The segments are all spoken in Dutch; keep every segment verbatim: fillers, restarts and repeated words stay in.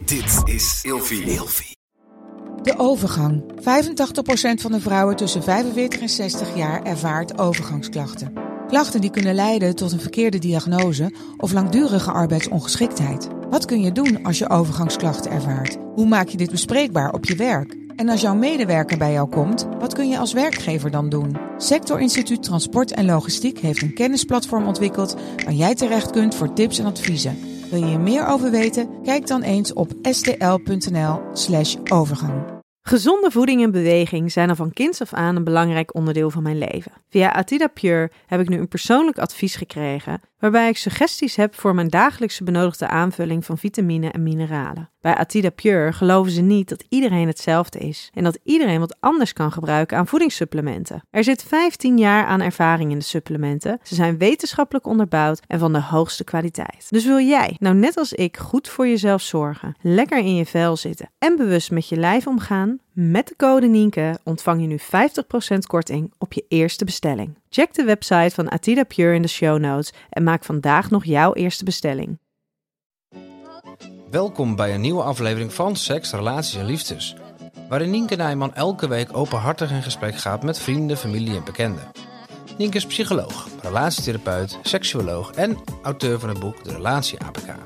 Dit is Ilfie. De overgang. vijfentachtig procent van de vrouwen tussen vijfenveertig en zestig jaar ervaart overgangsklachten. Klachten die kunnen leiden tot een verkeerde diagnose of langdurige arbeidsongeschiktheid. Wat kun je doen als je overgangsklachten ervaart? Hoe maak je dit bespreekbaar op je werk? En als jouw medewerker bij jou komt, wat kun je als werkgever dan doen? Sector Instituut Transport en Logistiek heeft een kennisplatform ontwikkeld waar jij terecht kunt voor tips en adviezen. Wil je hier meer over weten? Kijk dan eens op stl.nl slash overgang. Gezonde voeding en beweging zijn al van kinds af aan een belangrijk onderdeel van mijn leven. Via Atida Pure heb ik nu een persoonlijk advies gekregen waarbij ik suggesties heb voor mijn dagelijkse benodigde aanvulling van vitamine en mineralen. Bij Atida Pure geloven ze niet dat iedereen hetzelfde is en dat iedereen wat anders kan gebruiken aan voedingssupplementen. Er zit vijftien jaar aan ervaring in de supplementen, ze zijn wetenschappelijk onderbouwd en van de hoogste kwaliteit. Dus wil jij, nou net als ik, goed voor jezelf zorgen, lekker in je vel zitten en bewust met je lijf omgaan? Met de code Nienke ontvang je nu vijftig procent korting op je eerste bestelling. Check de website van Atida Pure in de show notes en maak vandaag nog jouw eerste bestelling. Welkom bij een nieuwe aflevering van Seks, Relaties en Liefdes, waarin Nienke Nijman elke week openhartig in gesprek gaat met vrienden, familie en bekenden. Nienke is psycholoog, relatietherapeut, seksuoloog en auteur van het boek De Relatie A P K.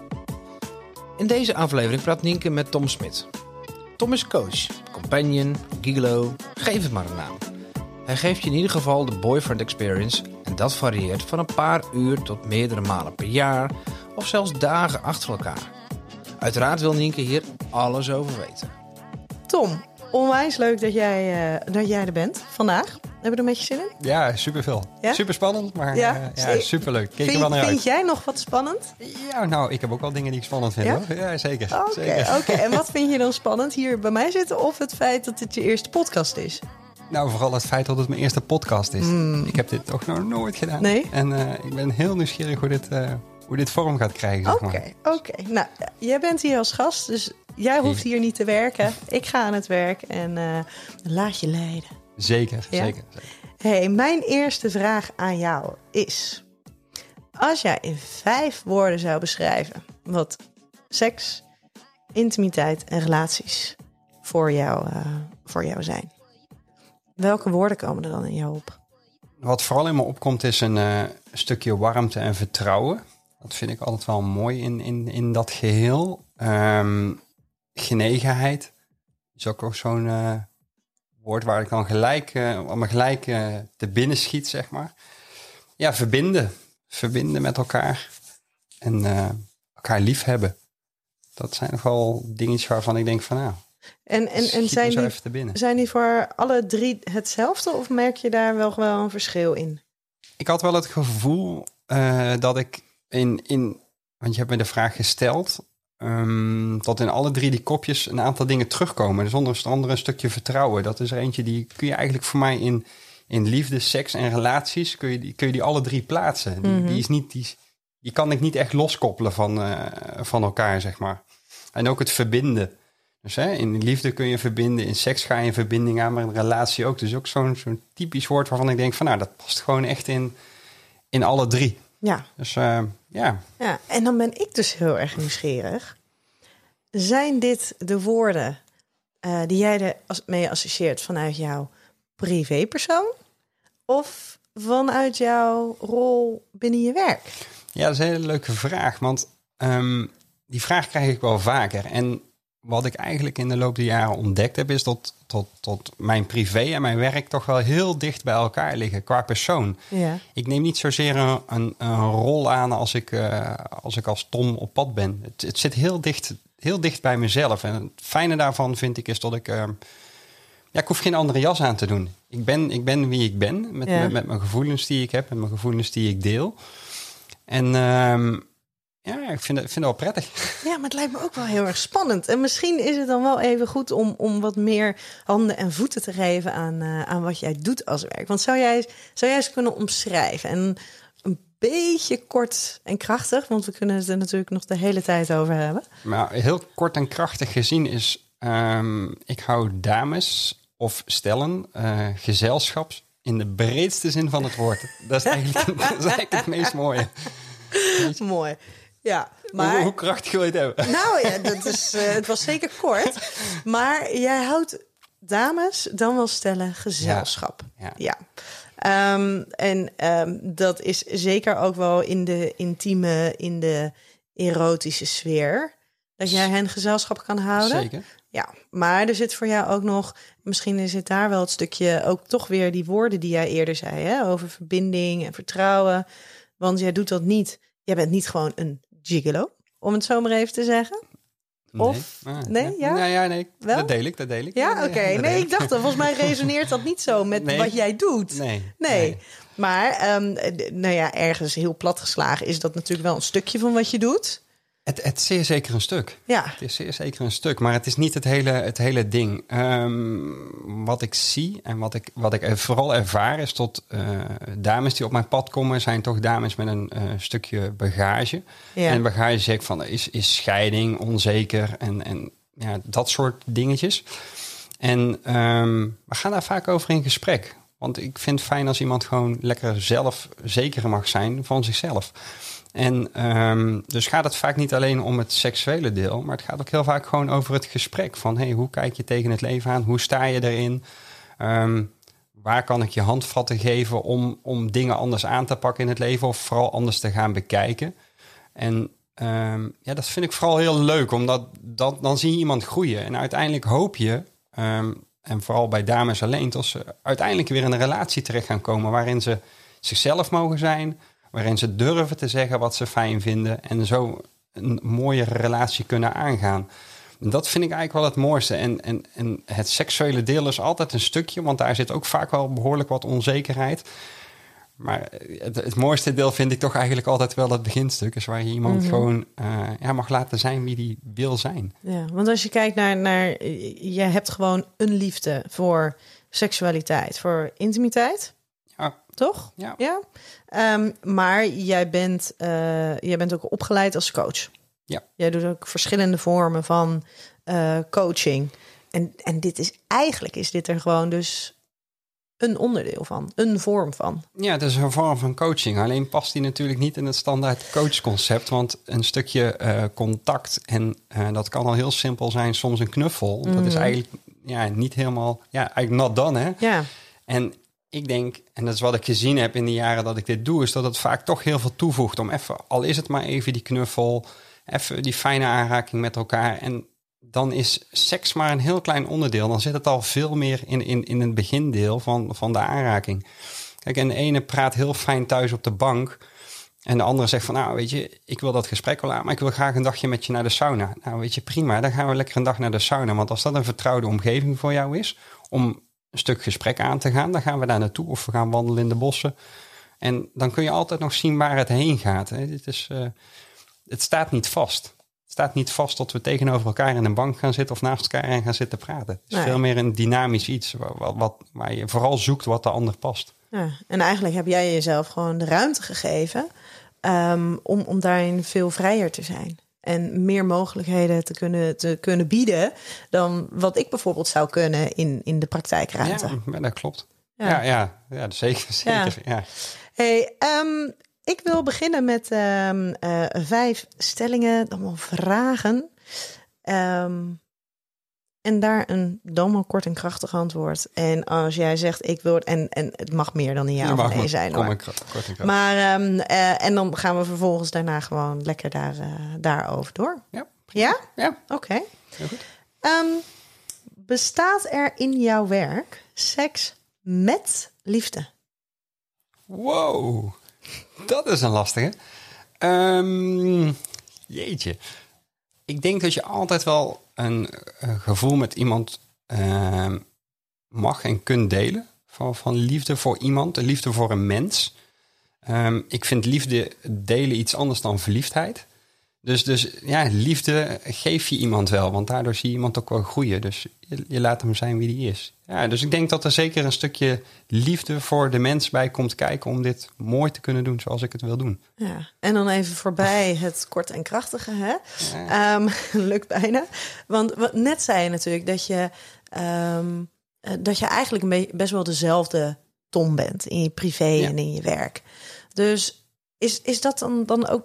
In deze aflevering praat Nienke met Tom Smit. Tom is coach, companion, gigolo, geef het maar een naam. Hij geeft je in ieder geval de boyfriend experience en dat varieert van een paar uur tot meerdere malen per jaar of zelfs dagen achter elkaar. Uiteraard wil Nienke hier alles over weten. Tom, onwijs leuk dat jij, uh, dat jij er bent vandaag. Hebben we er met je zin in? Ja, superveel. Ja? Super spannend, maar ja, uh, ja superleuk. Kijk er wel naar uit. Vind jij nog wat spannend? Ja, nou, ik heb ook wel dingen die ik spannend vind. Ja, hoor. Ja zeker. Oké, okay, okay. En wat vind je dan spannend? Hier bij mij zitten of het feit dat dit je eerste podcast is? Nou, vooral het feit dat het mijn eerste podcast is. Mm. Ik heb dit toch nog nooit gedaan. Nee? En uh, ik ben heel nieuwsgierig hoe dit, uh, hoe dit vorm gaat krijgen. Oké, okay, oké. Okay. Nou, jij bent hier als gast, dus jij hoeft hier niet te werken. Ik ga aan het werk en uh, laat je leiden. Zeker, ja? zeker, zeker. Hey, mijn eerste vraag aan jou is: als jij in vijf woorden zou beschrijven wat seks, intimiteit en relaties voor jou, uh, voor jou zijn, welke woorden komen er dan in jou op? Wat vooral in me opkomt is een uh, stukje warmte en vertrouwen. Dat vind ik altijd wel mooi in, in, in dat geheel. Um, genegenheid is ook nog zo'n uh, woord waar ik dan gelijk, uh, me gelijk uh, te binnen schiet, zeg maar. Ja, verbinden. Verbinden met elkaar. En uh, elkaar lief hebben. Dat zijn nog wel dingetjes waarvan ik denk van nou... En, en, en zijn, die, zijn die voor alle drie hetzelfde of merk je daar wel, wel een verschil in? Ik had wel het gevoel uh, dat ik in, in... Want je hebt me de vraag gesteld... Um, dat in alle drie die kopjes een aantal dingen terugkomen. Dus onder andere een stukje vertrouwen. Dat is er eentje die kun je eigenlijk voor mij in, in liefde, seks en relaties... kun je die, kun je die alle drie plaatsen. Die, mm-hmm. die, is niet, die, die kan ik niet echt loskoppelen van, uh, van elkaar, zeg maar. En ook het verbinden. Dus hè, in liefde kun je verbinden, in seks ga je een verbinding aan, maar in relatie ook. Dus ook zo'n, zo'n typisch woord waarvan ik denk van nou, dat past gewoon echt in, in alle drie. Ja. Dus uh, ja. Ja. En dan ben ik dus heel erg nieuwsgierig. Zijn dit de woorden uh, die jij er mee associeert vanuit jouw privépersoon? Of vanuit jouw rol binnen je werk? Ja, dat is een hele leuke vraag. Want um, die vraag krijg ik wel vaker. En wat ik eigenlijk in de loop der jaren ontdekt heb... is dat tot, tot mijn privé en mijn werk toch wel heel dicht bij elkaar liggen qua persoon. Ja. Ik neem niet zozeer een, een, een rol aan als ik, uh, als ik als Tom op pad ben. Het, het zit heel dicht, heel dicht bij mezelf. En het fijne daarvan vind ik is dat ik... Uh, ja, ik hoef geen andere jas aan te doen. Ik ben, ik ben wie ik ben met, ja. met, met mijn gevoelens die ik heb... en mijn gevoelens die ik deel. En... Uh, Ja, ik vind het, vind het wel prettig. Ja, maar het lijkt me ook wel heel erg spannend. En misschien is het dan wel even goed om, om wat meer handen en voeten te geven aan, uh, aan wat jij doet als werk. Want zou jij, zou jij eens kunnen omschrijven? En een beetje kort en krachtig, want we kunnen het er natuurlijk nog de hele tijd over hebben. Maar heel kort en krachtig gezien is... Um, ik hou dames of stellen, uh, gezelschaps, in de breedste zin van het woord. Dat is eigenlijk, dat is eigenlijk het meest mooie. Mooi. Ja, Maar... maar... Hoe, hoe krachtig wil je het hebben? Nou ja, dat is, uh, het was zeker kort. Maar jij houdt dames, dan wel stellen, gezelschap. Ja. Ja. ja. Um, en um, dat is zeker ook wel in de intieme, in de erotische sfeer. Dat jij hen gezelschap kan houden. Zeker. Ja, maar er zit voor jou ook nog... Misschien zit daar wel het stukje... ook toch weer die woorden die jij eerder zei... Hè, over verbinding en vertrouwen. Want jij doet dat niet. Jij bent niet gewoon een gigolo, om het zo maar even te zeggen. Of? Nee, ah, nee ja? ja? Nee, ja, nee. Wel? Dat deel ik, dat deel ik. Ja, ja, oké. Okay. Ja, nee, ik. ik dacht, volgens mij resoneert dat niet zo met nee. wat jij doet. Nee. Nee. nee. Maar, um, nou ja, ergens heel platgeslagen is dat natuurlijk wel een stukje van wat je doet. Het, het is zeer zeker een stuk. Ja. Het is zeer zeker een stuk, maar het is niet het hele, het hele ding. Um, wat ik zie en wat ik, wat ik vooral ervaar is tot uh, dames die op mijn pad komen... zijn toch dames met een uh, stukje bagage. Ja. En bagage zeg ik van, is, is scheiding, onzeker en, en ja, dat soort dingetjes. En um, we gaan daar vaak over in gesprek. Want ik vind het fijn als iemand gewoon lekker zelf zeker mag zijn van zichzelf. En um, dus gaat het vaak niet alleen om het seksuele deel, maar het gaat ook heel vaak gewoon over het gesprek. Van hey, hoe kijk je tegen het leven aan? Hoe sta je erin? Um, waar kan ik je handvatten geven om, om dingen anders aan te pakken in het leven of vooral anders te gaan bekijken? En um, ja, dat vind ik vooral heel leuk, omdat dat, dan zie je iemand groeien. En uiteindelijk hoop je, um, en vooral bij dames alleen, dat ze uiteindelijk weer in een relatie terecht gaan komen waarin ze zichzelf mogen zijn, waarin ze durven te zeggen wat ze fijn vinden en zo een mooie relatie kunnen aangaan. Dat vind ik eigenlijk wel het mooiste. En, en, en het seksuele deel is altijd een stukje, want daar zit ook vaak wel behoorlijk wat onzekerheid. Maar het, het mooiste deel vind ik toch eigenlijk altijd wel het beginstuk. Is waar je iemand mm-hmm. gewoon uh, ja, mag laten zijn wie die wil zijn. Ja, want als je kijkt naar, naar... Je hebt gewoon een liefde voor seksualiteit, voor intimiteit. Ja. Toch? Ja. ja? Um, maar jij bent, uh, jij bent ook opgeleid als coach. Ja. Jij doet ook verschillende vormen van uh, coaching. En, en dit is eigenlijk is dit er gewoon dus een onderdeel van, een vorm van. Ja, het is een vorm van coaching. Alleen past die natuurlijk niet in het standaard coachconcept. Want een stukje uh, contact, en uh, dat kan al heel simpel zijn, soms een knuffel. Mm-hmm. Dat is eigenlijk ja, niet helemaal, ja, eigenlijk not done, hè? Ja. En ik denk, en dat is wat ik gezien heb in de jaren dat ik dit doe, is dat het vaak toch heel veel toevoegt om even, al is het maar even die knuffel, even die fijne aanraking met elkaar. En dan is seks maar een heel klein onderdeel. Dan zit het al veel meer in, in, in het begindeel van, van de aanraking. Kijk, en de ene praat heel fijn thuis op de bank. En de andere zegt van, nou weet je, ik wil dat gesprek wel aan, maar ik wil graag een dagje met je naar de sauna. Nou weet je, prima, dan gaan we lekker een dag naar de sauna. Want als dat een vertrouwde omgeving voor jou is, om een stuk gesprek aan te gaan, dan gaan we daar naartoe of we gaan wandelen in de bossen. En dan kun je altijd nog zien waar het heen gaat. Hè. Het, is, uh, het staat niet vast. Het staat niet vast tot we tegenover elkaar in een bank gaan zitten of naast elkaar en gaan zitten praten. Het is nee. veel meer een dynamisch iets wat, wat, waar je vooral zoekt wat de ander past. Ja, en eigenlijk heb jij jezelf gewoon de ruimte gegeven um, om, om daarin veel vrijer te zijn. En meer mogelijkheden te kunnen, te kunnen bieden dan wat ik bijvoorbeeld zou kunnen in, in de praktijkruimte. Ja, dat klopt. Ja, ja, ja, ja zeker. zeker ja. Ja. Hey, um, ik wil beginnen met um, uh, vijf stellingen, allemaal vragen. Um, en daar een dan wel kort en krachtig antwoord. En als jij zegt, ik wil... En, en het mag meer dan een ja of nee zijn, hoor. Kort en krachtig. Maar, um, uh, en dan gaan we vervolgens daarna gewoon lekker daar, uh, daarover door. Ja. Ja? Ja. Oké. Okay. Heel goed. Um, bestaat er in jouw werk seks met liefde? Wow. Dat is een lastige. Um, jeetje. Ik denk dat je altijd wel een, een gevoel met iemand uh, mag en kunt delen. Van, van liefde voor iemand, liefde voor een mens. Um, ik vind liefde delen iets anders dan verliefdheid. Dus, dus ja, liefde geef je iemand wel. Want daardoor zie je iemand ook wel groeien. Dus je, je laat hem zijn wie die is. Ja, dus ik denk dat er zeker een stukje liefde voor de mens bij komt kijken om dit mooi te kunnen doen zoals ik het wil doen. Ja, en dan even voorbij het kort en krachtige, hè? Ja. Um, lukt bijna. Want wat, net zei je natuurlijk dat je, um, dat je eigenlijk een beetje, best wel dezelfde Tom bent in je privé ja. en in je werk. Dus is, is dat dan, dan ook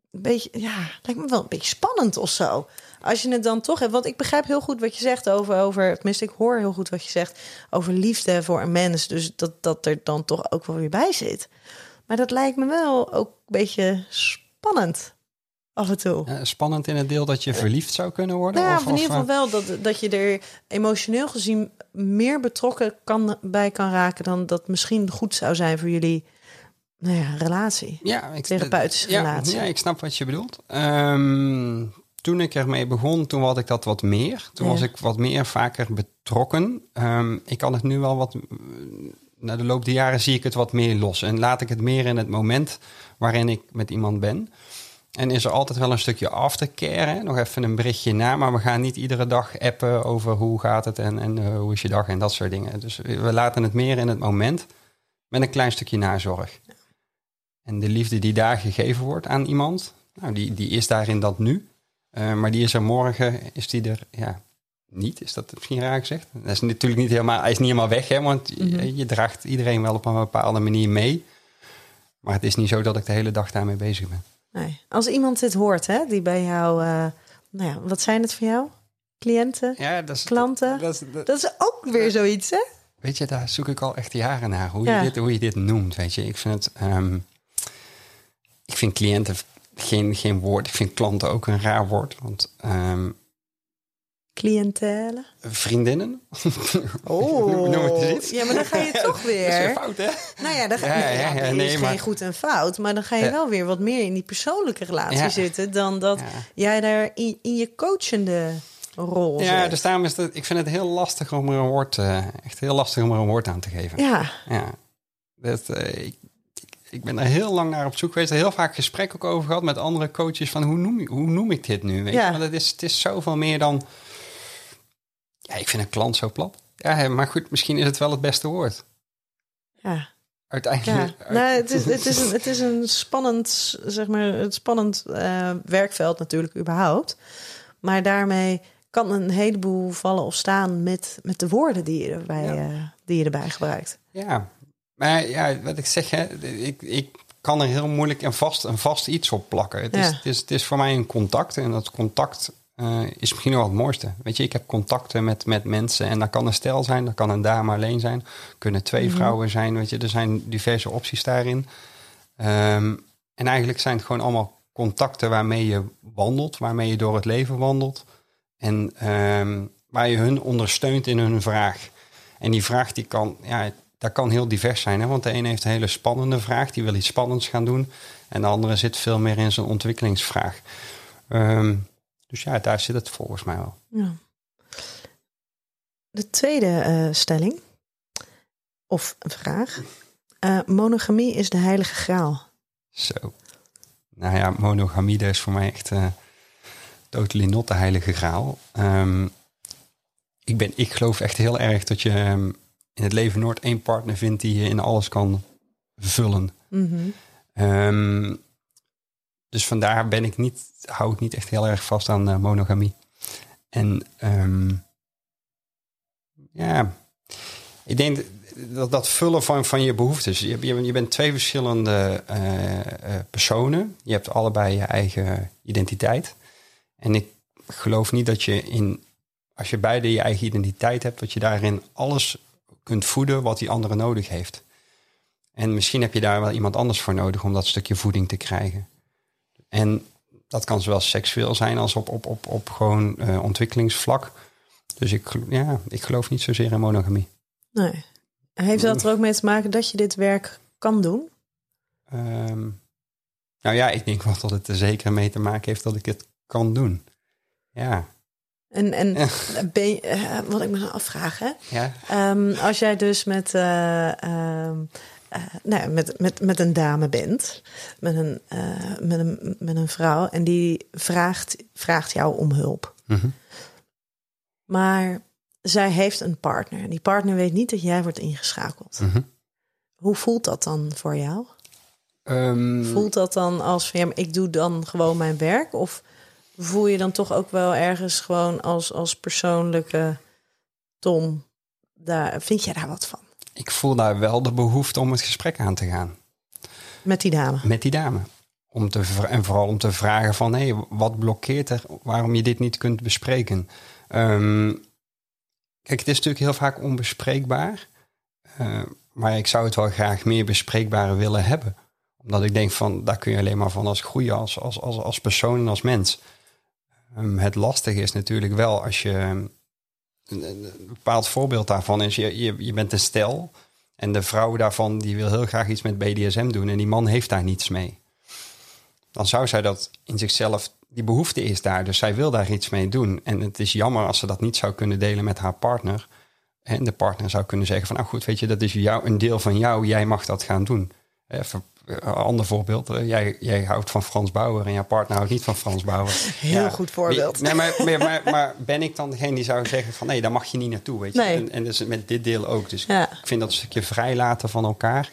een beetje, ja, lijkt me wel een beetje spannend of zo. Als je het dan toch hebt, want ik begrijp heel goed wat je zegt over, over tenminste, ik hoor heel goed wat je zegt over liefde voor een mens. Dus dat, dat er dan toch ook wel weer bij zit. Maar dat lijkt me wel ook een beetje spannend af en toe. Uh, spannend in het deel dat je verliefd zou kunnen worden? Nou ja, of, of in ieder of, geval wel dat, dat je er emotioneel gezien meer betrokken kan, bij kan raken dan dat misschien goed zou zijn voor jullie nou ja, relatie. Ja, ik, therapeutische ja, relatie. Ja, ik snap wat je bedoelt. Um, toen ik ermee begon, toen had ik dat wat meer. Toen ja. was ik wat meer vaker betrokken. Um, ik kan het nu wel wat... Na de loop der jaren zie ik het wat meer los. En laat ik het meer in het moment waarin ik met iemand ben. En is er altijd wel een stukje aftercare. Hè? Nog even een berichtje na. Maar we gaan niet iedere dag appen over hoe gaat het en, en uh, hoe is je dag en dat soort dingen. Dus we laten het meer in het moment met een klein stukje nazorg. En de liefde die daar gegeven wordt aan iemand, nou, die, die is daar in dat nu. Uh, maar die is er morgen, is die er ja, niet. Is dat misschien raar gezegd? Dat is natuurlijk niet helemaal, hij is niet helemaal weg, hè, want mm-hmm. je, je draagt iedereen wel op een bepaalde manier mee. Maar het is niet zo dat ik de hele dag daarmee bezig ben. Nee. Als iemand dit hoort, hè, die bij jou, uh, nou ja, wat zijn het voor jou? Cliënten? Ja, dat is, klanten? Dat, dat, dat, dat is ook weer dat, zoiets, hè? Weet je, daar zoek ik al echt jaren naar. Hoe, ja. je, dit, hoe je dit noemt, weet je. Ik vind het... Um, ik vind cliënten geen, geen woord. Ik vind klanten ook een raar woord. Want... Um, cliëntele? Vriendinnen. Oh, noem het eens iets. Ja, maar dan ga je toch weer... Dat is weer fout, hè? Nou ja, dan ga, ja, nee, ja, ja, ja, er nee, is maar... geen goed en fout. Maar dan ga je ja. wel weer wat meer in die persoonlijke relatie ja. zitten... dan dat ja. jij daar in, in je coachende rol Ja, zit. dus daarom is het... Ik vind het heel lastig om er een woord... Uh, echt heel lastig om er een woord aan te geven. Ja. Ja. Dat, uh, ik, ik ben er heel lang naar op zoek geweest. Er heel vaak gesprek ook over gehad met andere coaches... van hoe noem, hoe noem ik dit nu? Weet ja. je? Want het is, het is zoveel meer dan... Ja, ik vind een klant zo plat. Ja, maar goed, misschien is het wel het beste woord. Ja. Uiteindelijk. Ja. Nou, het, is, het, is een, het is een spannend, zeg maar, het spannend uh, werkveld natuurlijk überhaupt. Maar daarmee kan een heleboel vallen of staan met, met de woorden die je erbij, ja. uh, die je erbij gebruikt. Ja, maar ja, wat ik zeg, hè, ik, ik kan er heel moeilijk een vast, een vast iets op plakken. Het is, ja. het, is, het is voor mij een contact en dat contact... Uh, is misschien wel het mooiste. Weet je, ik heb contacten met, met mensen en dat kan een stel zijn, dat kan een dame alleen zijn, kunnen twee mm-hmm. vrouwen zijn, weet je, er zijn diverse opties daarin. Um, en eigenlijk zijn het gewoon allemaal contacten waarmee je wandelt, waarmee je door het leven wandelt en um, waar je hun ondersteunt in hun vraag. En die vraag die kan, ja, dat kan heel divers zijn, hè? Want de ene heeft een hele spannende vraag, die wil iets spannends gaan doen en de andere zit veel meer in zijn ontwikkelingsvraag. Um, Dus ja, daar zit het volgens mij wel. Ja. De tweede uh, stelling, of een vraag. Uh, monogamie is de heilige graal. Zo. Nou ja, monogamie, dat is voor mij echt uh, totally not de heilige graal. Um, ik, ben, ik geloof echt heel erg dat je um, in het leven nooit één partner vindt die je in alles kan vullen. Mm-hmm. Um, Dus vandaar ben ik niet, hou ik niet echt heel erg vast aan uh, monogamie. En um, ja, ik denk dat dat vullen van, van je behoeftes. Je, je, je bent twee verschillende uh, uh, personen. Je hebt allebei je eigen identiteit. En ik geloof niet dat je in, als je beide je eigen identiteit hebt, dat je daarin alles kunt voeden wat die andere nodig heeft. En misschien heb je daar wel iemand anders voor nodig om dat stukje voeding te krijgen. En dat kan zowel seksueel zijn als op, op, op, op gewoon uh, ontwikkelingsvlak. Dus ik, ja, ik geloof niet zozeer in monogamie. Nee. Heeft dat er ook mee te maken dat je dit werk kan doen? Um, nou ja, ik denk wel dat het er zeker mee te maken heeft dat ik het kan doen. Ja. En, en ja. Ben je, uh, wat ik me nou afvraag, hè? Ja. Um, als jij dus met... Uh, um, Uh, nou ja, met, met, met een dame bent, met een, uh, met een, met een vrouw... en die vraagt, vraagt jou om hulp. Mm-hmm. Maar zij heeft een partner. Die partner weet niet dat jij wordt ingeschakeld. Mm-hmm. Hoe voelt dat dan voor jou? Um... Voelt dat dan als van, ja, maar ik doe dan gewoon mijn werk? Of voel je dan toch ook wel ergens gewoon als, als persoonlijke Tom... Daar, vind jij daar wat van? Ik voel daar wel de behoefte om het gesprek aan te gaan. Met die dame? Met die dame. om te, en vooral om te vragen van... hé, hey, wat blokkeert er waarom je dit niet kunt bespreken? Um, kijk, het is natuurlijk heel vaak onbespreekbaar. Uh, maar ik zou het wel graag meer bespreekbaar willen hebben. Omdat ik denk van, daar kun je alleen maar van als groeien als, als, als, als persoon en als mens. Um, het lastige is natuurlijk wel als je... Een, een bepaald voorbeeld daarvan is, je, je, je bent een stel... en de vrouw daarvan die wil heel graag iets met B D S M doen... en die man heeft daar niets mee. Dan zou zij dat in zichzelf... die behoefte is daar, dus zij wil daar iets mee doen. En het is jammer als ze dat niet zou kunnen delen met haar partner. En de partner zou kunnen zeggen van... nou goed, weet je, dat is jou, een deel van jou, jij mag dat gaan doen. Even een ander voorbeeld. Jij, jij houdt van Frans Bauer en jouw partner houdt niet van Frans Bauer. Heel ja, goed voorbeeld. Nee, maar, maar, maar, maar ben ik dan degene die zou zeggen van... nee, daar mag je niet naartoe, weet je. Nee. En, en dus met dit deel ook. Dus ja. ik vind dat een stukje vrijlaten van elkaar.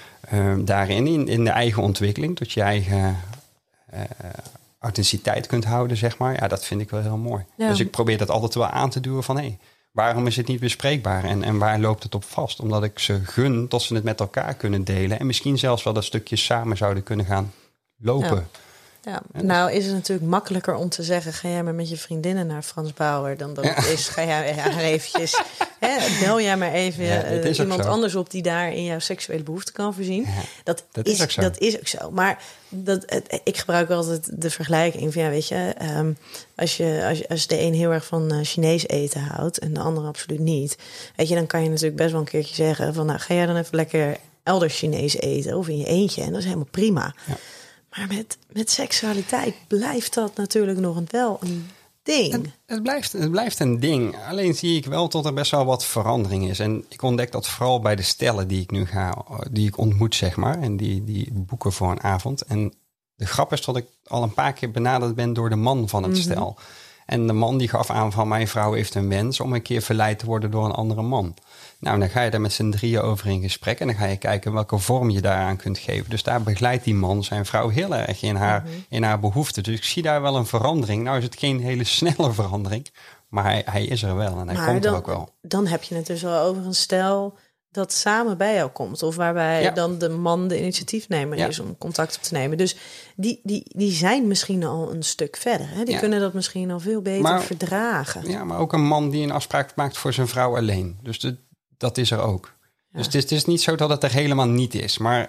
Um, daarin, in, in de eigen ontwikkeling. Dat je eigen uh, authenticiteit kunt houden, zeg maar. Ja, dat vind ik wel heel mooi. Ja. Dus ik probeer dat altijd wel aan te duwen van... hé, hey, waarom is het niet bespreekbaar en, en waar loopt het op vast? Omdat ik ze gun tot ze het met elkaar kunnen delen... en misschien zelfs wel dat stukje samen zouden kunnen gaan lopen. Ja. Ja, nou is het natuurlijk makkelijker om te zeggen... ga jij maar met je vriendinnen naar Frans Bauer... dan dat het is, ga jij maar eventjes... hè, bel jij maar even ja, uh, iemand anders op... die daar in jouw seksuele behoefte kan voorzien. Ja, dat, dat, is, is ook zo. dat is ook zo. Maar dat, het, ik gebruik altijd de vergelijking van... ja, weet je, um, als, je, als, je, als de een heel erg van uh, Chinees eten houdt... en de ander absoluut niet... weet je, dan kan je natuurlijk best wel een keertje zeggen... van nou, ga jij dan even lekker elders Chinees eten... of in je eentje, en dat is helemaal prima... Ja. Maar met, met seksualiteit blijft dat natuurlijk nog wel een ding. Het, het, blijft, het blijft een ding. Alleen zie ik wel dat er best wel wat verandering is. En ik ontdek dat vooral bij de stellen die ik nu ga, die ik ontmoet, zeg maar. En die, die boeken voor een avond. En de grap is dat ik al een paar keer benaderd ben door de man van het mm-hmm. stel. En de man die gaf aan van mijn vrouw heeft een wens om een keer verleid te worden door een andere man. Nou, dan ga je daar met z'n drieën over in gesprek en dan ga je kijken welke vorm je daaraan kunt geven. Dus daar begeleidt die man zijn vrouw heel erg in haar, mm-hmm. in haar behoeften. Dus ik zie daar wel een verandering. Nou is het geen hele snelle verandering, maar hij, hij is er wel en hij maar komt dan, er ook wel. Dan heb je het dus wel over een stel dat samen bij jou komt. Of waarbij ja. dan de man de initiatiefnemer ja. is om contact op te nemen. Dus die, die, die zijn misschien al een stuk verder. Hè? Die ja. kunnen dat misschien al veel beter maar, verdragen. Ja, maar ook een man die een afspraak maakt voor zijn vrouw alleen. Dus de, dat is er ook. Ja. Dus het is, het is niet zo dat het er helemaal niet is. Maar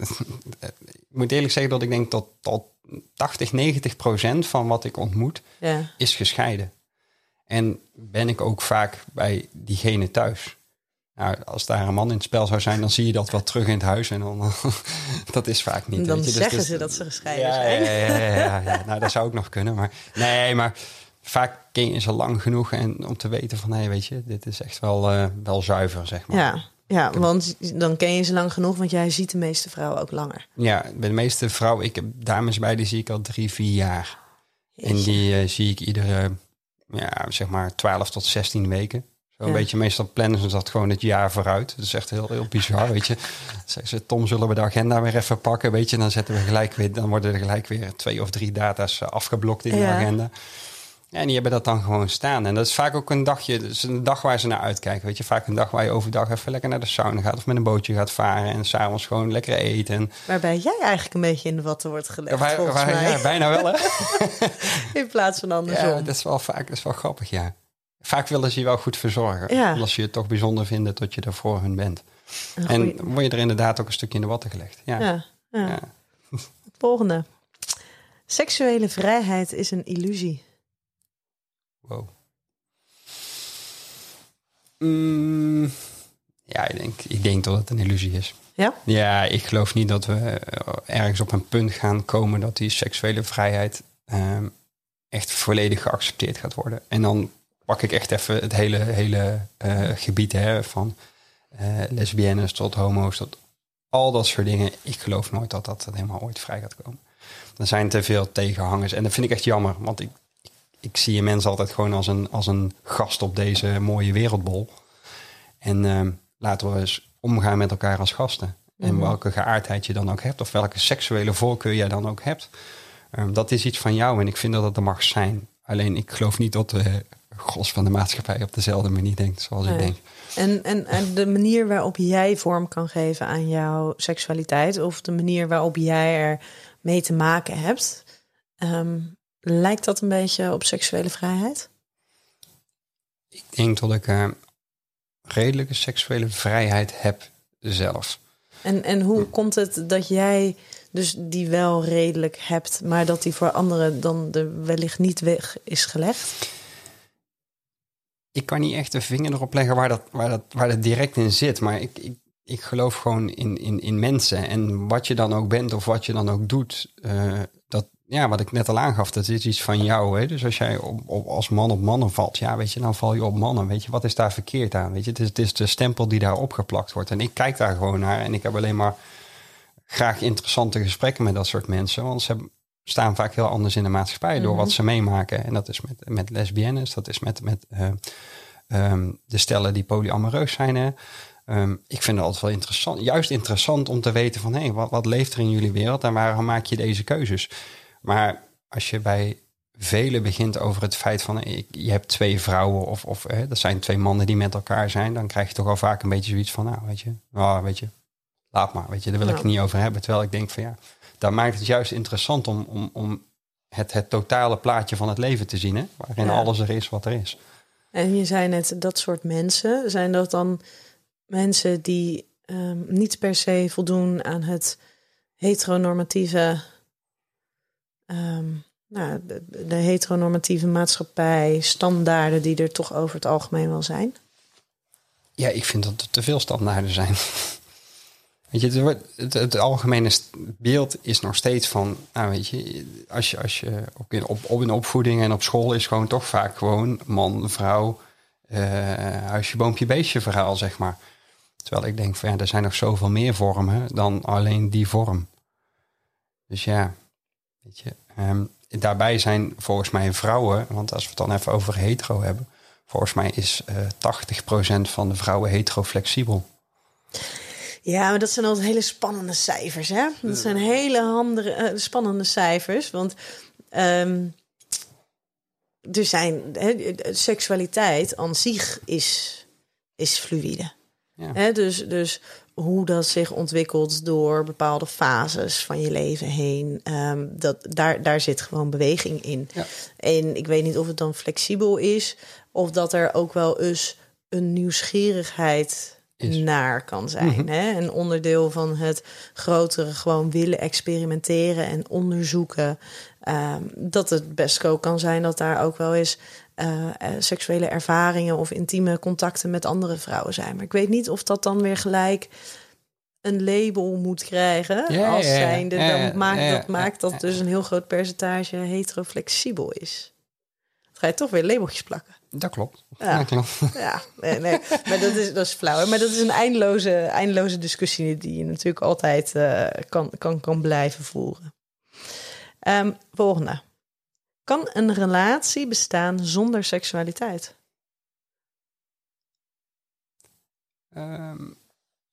ik moet eerlijk zeggen dat ik denk dat tot tachtig, negentig procent van wat ik ontmoet ja. is gescheiden. En ben ik ook vaak bij diegene thuis. Nou, als daar een man in het spel zou zijn, dan zie je dat wel terug in het huis. En dan, dat is vaak niet. Dan weet je. zeggen dus, ze dus, dat ze gescheiden ja, zijn. Ja, ja, ja, ja, ja. Nou, dat zou ook nog kunnen. Maar nee, maar vaak ken je ze lang genoeg en om te weten van, hé, hey, weet je, dit is echt wel, uh, wel zuiver, zeg maar. Ja, ja, want dan ken je ze lang genoeg, want jij ziet de meeste vrouwen ook langer. Ja, bij de meeste vrouwen, ik heb dames bij, die zie ik al drie, vier jaar. Jeetje. En die uh, zie ik iedere, ja, zeg maar twaalf tot zestien weken. Zo'n ja. beetje, meestal plannen ze dat gewoon het jaar vooruit. Dat is echt heel, heel bizar, weet je. Zeggen ze, Tom, zullen we de agenda weer even pakken, weet je. Dan zetten we gelijk weer, dan worden er gelijk weer twee of drie data's afgeblokt in ja. de agenda. Ja, en die hebben dat dan gewoon staan. En dat is vaak ook een dagje, dat is een dag waar ze naar uitkijken, weet je. Vaak een dag waar je overdag even lekker naar de sauna gaat of met een bootje gaat varen en 's avonds gewoon lekker eten. Waarbij jij eigenlijk een beetje in de watten wordt gelegd, waar, volgens waar, mij. Ja, bijna wel, hè. In plaats van andersom. Ja, dat is wel vaak, dat is wel grappig, ja. Vaak willen ze je wel goed verzorgen. Ja. Als je het toch bijzonder vindt dat je er voor hun bent. En word je er inderdaad ook een stukje in de watten gelegd. Ja. Ja, ja. Ja. Volgende. Seksuele vrijheid is een illusie. Wow. Mm, ja, ik denk, ik denk dat het een illusie is. Ja? Ja, ik geloof niet dat we ergens op een punt gaan komen dat die seksuele vrijheid um, echt volledig geaccepteerd gaat worden. En dan pak ik echt even het hele, hele uh, gebied, hè, van uh, lesbiennes tot homo's, tot al dat soort dingen. Ik geloof nooit dat dat helemaal ooit vrij gaat komen. Er zijn te veel tegenhangers en dat vind ik echt jammer, want ik, ik, ik zie je mensen altijd gewoon als een, als een gast op deze mooie wereldbol. En uh, laten we eens omgaan met elkaar als gasten. En mm-hmm. welke geaardheid je dan ook hebt, of welke seksuele voorkeur jij dan ook hebt. Um, dat is iets van jou en ik vind dat het er mag zijn. Alleen ik geloof niet dat de gros van de maatschappij op dezelfde manier denkt zoals nee. ik denk. En, en, en de manier waarop jij vorm kan geven aan jouw seksualiteit, of de manier waarop jij er mee te maken hebt. Um, lijkt dat een beetje op seksuele vrijheid? Ik denk dat ik uh, redelijke seksuele vrijheid heb zelf. En, en hoe hm. komt het dat jij dus die wel redelijk hebt, maar dat die voor anderen dan er wellicht niet weg is gelegd? Ik kan niet echt de vinger erop leggen waar dat, waar dat, waar dat direct in zit. Maar ik, ik, ik geloof gewoon in, in, in mensen. En wat je dan ook bent of wat je dan ook doet. Uh, dat, ja, wat ik net al aangaf, dat is iets van jou. Hè? Dus als jij op, op, als man op mannen valt. Ja, weet je, dan val je op mannen. Weet je, wat is daar verkeerd aan? Weet je, het is, het is de stempel die daar opgeplakt wordt. En ik kijk daar gewoon naar. En ik heb alleen maar graag interessante gesprekken met dat soort mensen. Want ze hebben... staan vaak heel anders in de maatschappij door mm-hmm. wat ze meemaken. En dat is met, met lesbiennes, dat is met, met uh, um, de stellen die polyamoreus zijn. Hè. Um, ik vind het altijd wel interessant, juist interessant om te weten van... hé, hey, wat, wat leeft er in jullie wereld en waarom maak je deze keuzes? Maar als je bij velen begint over het feit van... Ik, je hebt twee vrouwen of, of hè, dat zijn twee mannen die met elkaar zijn... dan krijg je toch al vaak een beetje zoiets van... nou, weet je, oh, weet je laat maar, weet je, daar wil nou. ik het niet over hebben. Terwijl ik denk van ja... dan maakt het juist interessant om, om, om het, het totale plaatje van het leven te zien. Hè? Waarin ja. alles er is wat er is. En je zei net, dat soort mensen, zijn dat dan mensen die um, niet per se voldoen aan het heteronormatieve... Um, nou, de, de heteronormatieve maatschappij, standaarden die er toch over het algemeen wel zijn? Ja, ik vind dat er te veel standaarden zijn. Weet je, het, wordt, het, het algemene beeld is nog steeds van, nou weet je, als je, als je ook in, op, op in opvoeding en op school is gewoon toch vaak gewoon man, vrouw, uh, huisje, boompje, beestje verhaal, zeg maar. Terwijl ik denk van ja, er zijn nog zoveel meer vormen dan alleen die vorm. Dus ja, weet je, um, daarbij zijn volgens mij vrouwen, want als we het dan even over hetero hebben, volgens mij is uh, tachtig procent van de vrouwen hetero-flexibel. Ja, maar dat zijn altijd hele spannende cijfers, hè? Dat zijn hele andere, uh, spannende cijfers. Want um, er zijn... He, seksualiteit aan zich is, is fluïde. Ja. He, dus, dus hoe dat zich ontwikkelt door bepaalde fases van je leven heen... Um, dat, daar, daar zit gewoon beweging in. Ja. En ik weet niet of het dan flexibel is... of dat er ook wel eens een nieuwsgierigheid... Is. naar kan zijn. Mm-hmm. Hè? Een onderdeel van het grotere gewoon willen experimenteren en onderzoeken. Um, dat het best ook kan zijn dat daar ook wel eens uh, uh, seksuele ervaringen of intieme contacten met andere vrouwen zijn. Maar ik weet niet of dat dan weer gelijk een label moet krijgen yeah, als zijnde. Yeah, yeah, dan maakt yeah, dat, maakt dat dus een heel groot percentage heteroflexibel is. Dan ga je toch weer labeltjes plakken. Dat klopt. Ja, dat klopt. Ja, nee, nee. Maar dat is, dat is flauw. Hè? Maar dat is een eindeloze, eindeloze discussie die je natuurlijk altijd uh, kan, kan, kan blijven voeren. Um, volgende. Kan een relatie bestaan zonder seksualiteit? Um,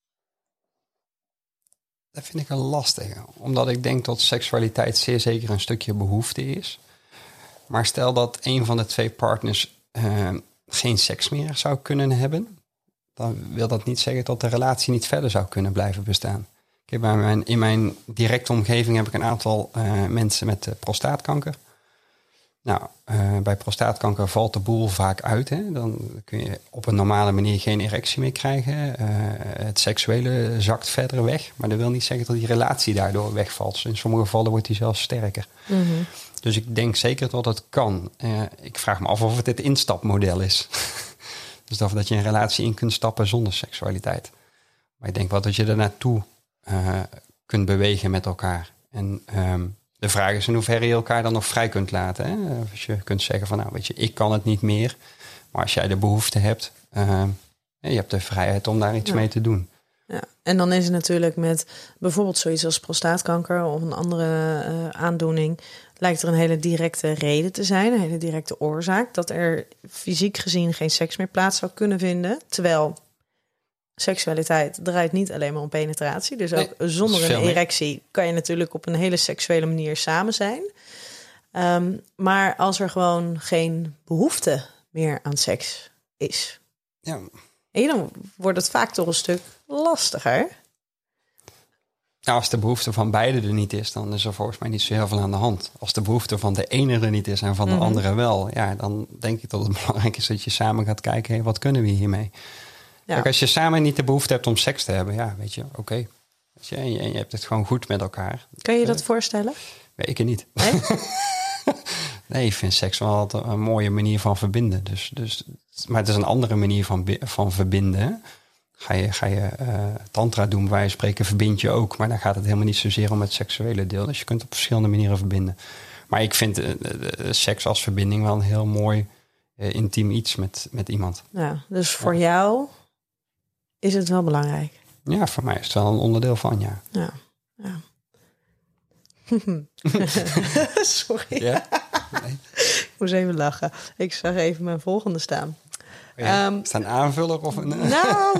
dat vind ik een lastige. Omdat ik denk dat seksualiteit zeer zeker een stukje behoefte is. Maar stel dat een van de twee partners uh, geen seks meer zou kunnen hebben, dan wil dat niet zeggen dat de relatie niet verder zou kunnen blijven bestaan. Ik heb in, mijn, in mijn directe omgeving heb ik een aantal uh, mensen met uh, prostaatkanker. Nou, uh, bij prostaatkanker valt de boel vaak uit. Hè? Dan kun je op een normale manier geen erectie meer krijgen. Uh, het seksuele zakt verder weg. Maar dat wil niet zeggen dat die relatie daardoor wegvalt. In sommige gevallen wordt die zelfs sterker. Mm-hmm. Dus ik denk zeker dat het kan. Uh, ik vraag me af of het het instapmodel is. Dus of dat je een relatie in kunt stappen zonder seksualiteit. Maar ik denk wel dat je er naartoe uh, kunt bewegen met elkaar. En um, de vraag is in hoeverre je elkaar dan nog vrij kunt laten. Hè? Als je kunt zeggen van nou weet je, ik kan het niet meer. Maar als jij de behoefte hebt, uh, je hebt de vrijheid om daar iets ja. mee te doen. Ja, en dan is het natuurlijk met bijvoorbeeld zoiets als prostaatkanker of een andere uh, aandoening, lijkt er een hele directe reden te zijn, een hele directe oorzaak, dat er fysiek gezien geen seks meer plaats zou kunnen vinden. Terwijl seksualiteit draait niet alleen maar om penetratie. Dus ook nee, zonder een erectie kan je natuurlijk op een hele seksuele manier samen zijn. Um, maar als er gewoon geen behoefte meer aan seks is, ja. en dan wordt het vaak toch een stuk lastiger. Nou, als de behoefte van beide er niet is, dan is er volgens mij niet zo heel veel aan de hand. Als de behoefte van de ene er niet is en van de Mm-hmm. andere wel, ja, dan denk ik dat het belangrijk is dat je samen gaat kijken, hey, wat kunnen we hiermee? Ja. Kijk, als je samen niet de behoefte hebt om seks te hebben, ja, weet je, oké. Okay. Je, en, je, en je hebt het gewoon goed met elkaar. Kan je dat uh, voorstellen? Weet ik het niet. Nee? Nee, ik vind seks wel altijd een mooie manier van verbinden. Dus, dus, maar het is een andere manier van, van verbinden. Ga je, ga je uh, tantra doen, bij wijze van spreken, verbind je ook. Maar dan gaat het helemaal niet zozeer om het seksuele deel. Dus je kunt op verschillende manieren verbinden. Maar ik vind uh, uh, seks als verbinding wel een heel mooi, uh, intiem iets met, met iemand. Ja, dus voor ja. jou is het wel belangrijk? Ja, voor mij is het wel een onderdeel van, ja. Ja, ja. Sorry. Ja? Nee. Ik moest even lachen. Ik zag even mijn volgende staan. Ja, um, is dat een aanvuller of een... Nou,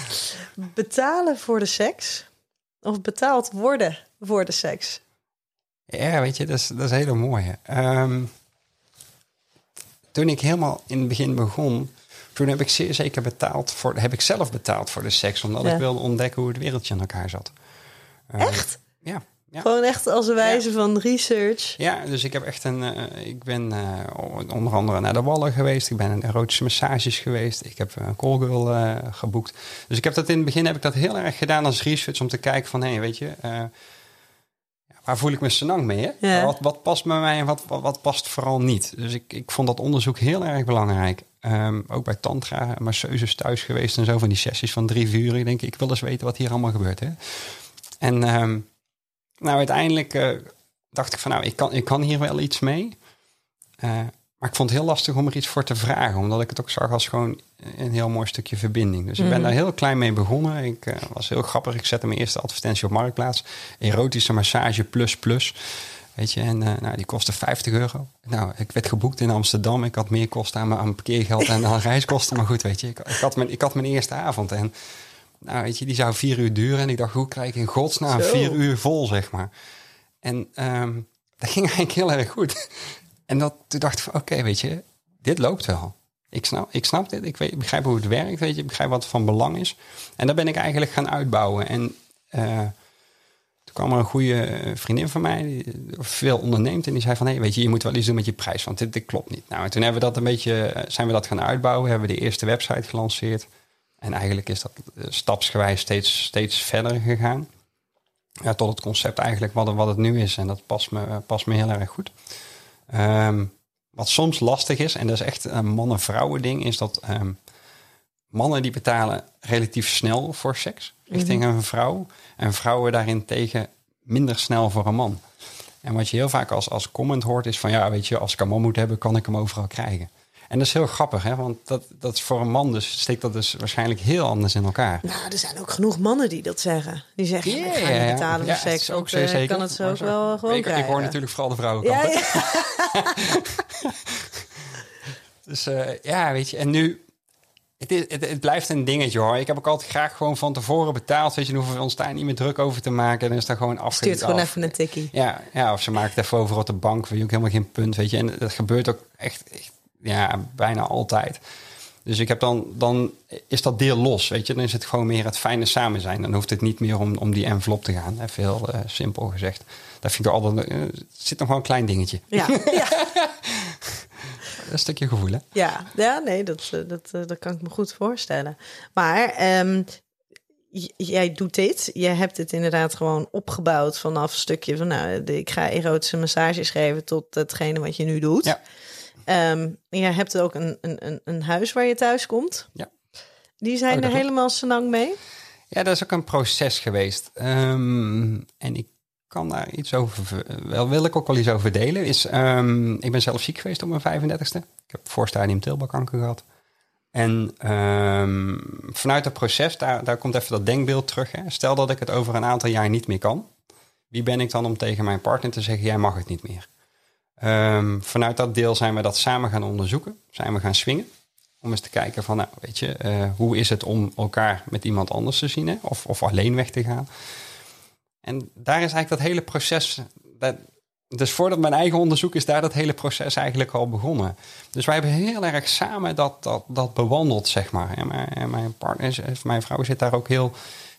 betalen voor de seks of betaald worden voor de seks? Ja, weet je, dat is, dat is een hele mooie. Um, toen ik helemaal in het begin begon, toen heb ik zeer zeker betaald voor, heb ik zelf betaald voor de seks, omdat ja. ik wilde ontdekken hoe het wereldje in elkaar zat. Uh, echt? Ja. Ja. Gewoon echt als een wijze ja. van research. Ja, dus ik heb echt een. Uh, ik ben uh, onder andere naar de Wallen geweest. Ik ben in erotische massages geweest. Ik heb een callgirl uh, geboekt. Dus ik heb dat in het begin heb ik dat heel erg gedaan als research om te kijken van hé, hey, weet je, uh, waar voel ik me senang mee? Hè? Ja. Wat, wat past bij mij en wat, wat, wat past vooral niet? Dus ik, ik vond dat onderzoek heel erg belangrijk. Um, ook bij tantra, masseuses thuis geweest en zo van die sessies van drie, vier uur. Ik denk, ik wil eens weten wat hier allemaal gebeurt. Hè? En um, nou, uiteindelijk uh, dacht ik van, nou, ik kan, ik kan hier wel iets mee. Uh, maar ik vond het heel lastig om er iets voor te vragen. Omdat ik het ook zag als gewoon een heel mooi stukje verbinding. Dus mm-hmm. ik ben daar heel klein mee begonnen. Ik uh, was heel grappig. Ik zette mijn eerste advertentie op Marktplaats. Erotische massage plus plus. Weet je, en uh, nou, die kostte vijftig euro. Nou, ik werd geboekt in Amsterdam. Ik had meer kosten aan mijn aan parkeergeld en aan reiskosten. Maar goed, weet je, ik, ik, had mijn, ik had mijn eerste avond. En nou, weet je, die zou vier uur duren. En ik dacht, hoe krijg ik in godsnaam Zo. vier uur vol, zeg maar. En um, dat ging eigenlijk heel erg goed. En dat, toen dacht ik van, oké, okay, weet je, dit loopt wel. Ik snap, ik snap dit, ik, weet, ik begrijp hoe het werkt, weet je. Ik begrijp wat van belang is. En daar ben ik eigenlijk gaan uitbouwen. En uh, toen kwam er een goede vriendin van mij, die veel onderneemt. En die zei van, hé, hey, weet je, je moet wel iets doen met je prijs. Want dit, dit klopt niet. Nou, en toen hebben we dat een beetje, zijn we dat gaan uitbouwen. Hebben we de eerste website gelanceerd. En eigenlijk is dat stapsgewijs steeds, steeds verder gegaan. Ja, tot het concept eigenlijk wat, wat het nu is. En dat past me, past me heel erg goed. Um, wat soms lastig is, en dat is echt een man-en-vrouwen ding, is dat um, mannen die betalen relatief snel voor seks richting mm-hmm. een vrouw. En vrouwen daarentegen minder snel voor een man. En wat je heel vaak als, als comment hoort is van, ja, weet je, als ik een man moet hebben, kan ik hem overal krijgen. En dat is heel grappig, hè? Want dat, dat is voor een man dus steekt dat dus waarschijnlijk heel anders in elkaar. Nou, er zijn ook genoeg mannen die dat zeggen. Die zeggen, yeah, ik ga niet betalen voor ja, seks. Ook want, uh, ik kan het zo ook wel gewoon ik, krijgen. Ik hoor natuurlijk vooral de vrouwenkant. Ja, ja. Dus uh, ja, weet je, en nu... Het, is, het, het blijft een dingetje, hoor. Ik heb ook altijd graag gewoon van tevoren betaald. Weet je, dan hoeven we ons daar niet meer druk over te maken. Dan is dat gewoon afgestuurd. Stuurt gewoon af. Even een tikkie. Ja, ja, of ze maakt het even over op de bank. Weet je, ook helemaal geen punt, weet je. En dat gebeurt ook echt... echt ja, bijna altijd. Dus ik heb dan, dan is dat deel los, weet je. Dan is het gewoon meer het fijne samen zijn. Dan hoeft het niet meer om, om die envelop te gaan. Even heel uh, simpel gezegd. Dat vind ik altijd, uh, het zit nog wel een klein dingetje. Ja, ja. Een stukje gevoel, hè? Ja, ja nee, dat, dat, dat kan ik me goed voorstellen. Maar um, j- jij doet dit. Je hebt het inderdaad gewoon opgebouwd vanaf een stukje van... nou, ik ga erotische massages geven tot hetgene wat je nu doet. Ja. Um, je hebt ook een, een, een huis waar je thuis komt. Ja. Die zijn oh, er helemaal senang mee? Ja, dat is ook een proces geweest. Um, en ik kan daar iets over... Wel wil ik ook wel iets over delen. Is, um, ik ben zelf ziek geweest op mijn vijfendertigste. Ik heb voorstadium teelbalkanker gehad. En um, vanuit dat proces, daar, daar komt even dat denkbeeld terug. Hè. Stel dat ik het over een aantal jaar niet meer kan. Wie ben ik dan om tegen mijn partner te zeggen... jij mag het niet meer? Um, vanuit dat deel zijn we dat samen gaan onderzoeken. Zijn we gaan swingen. Om eens te kijken van, nou, weet je, uh, hoe is het om elkaar met iemand anders te zien? Hè? Of, of alleen weg te gaan. En daar is eigenlijk dat hele proces... Dat, dus voordat mijn eigen onderzoek is daar dat hele proces eigenlijk al begonnen. Dus wij hebben heel erg samen dat, dat, dat bewandeld, zeg maar. En mijn, en mijn partner, mijn vrouw zit daar ook heel...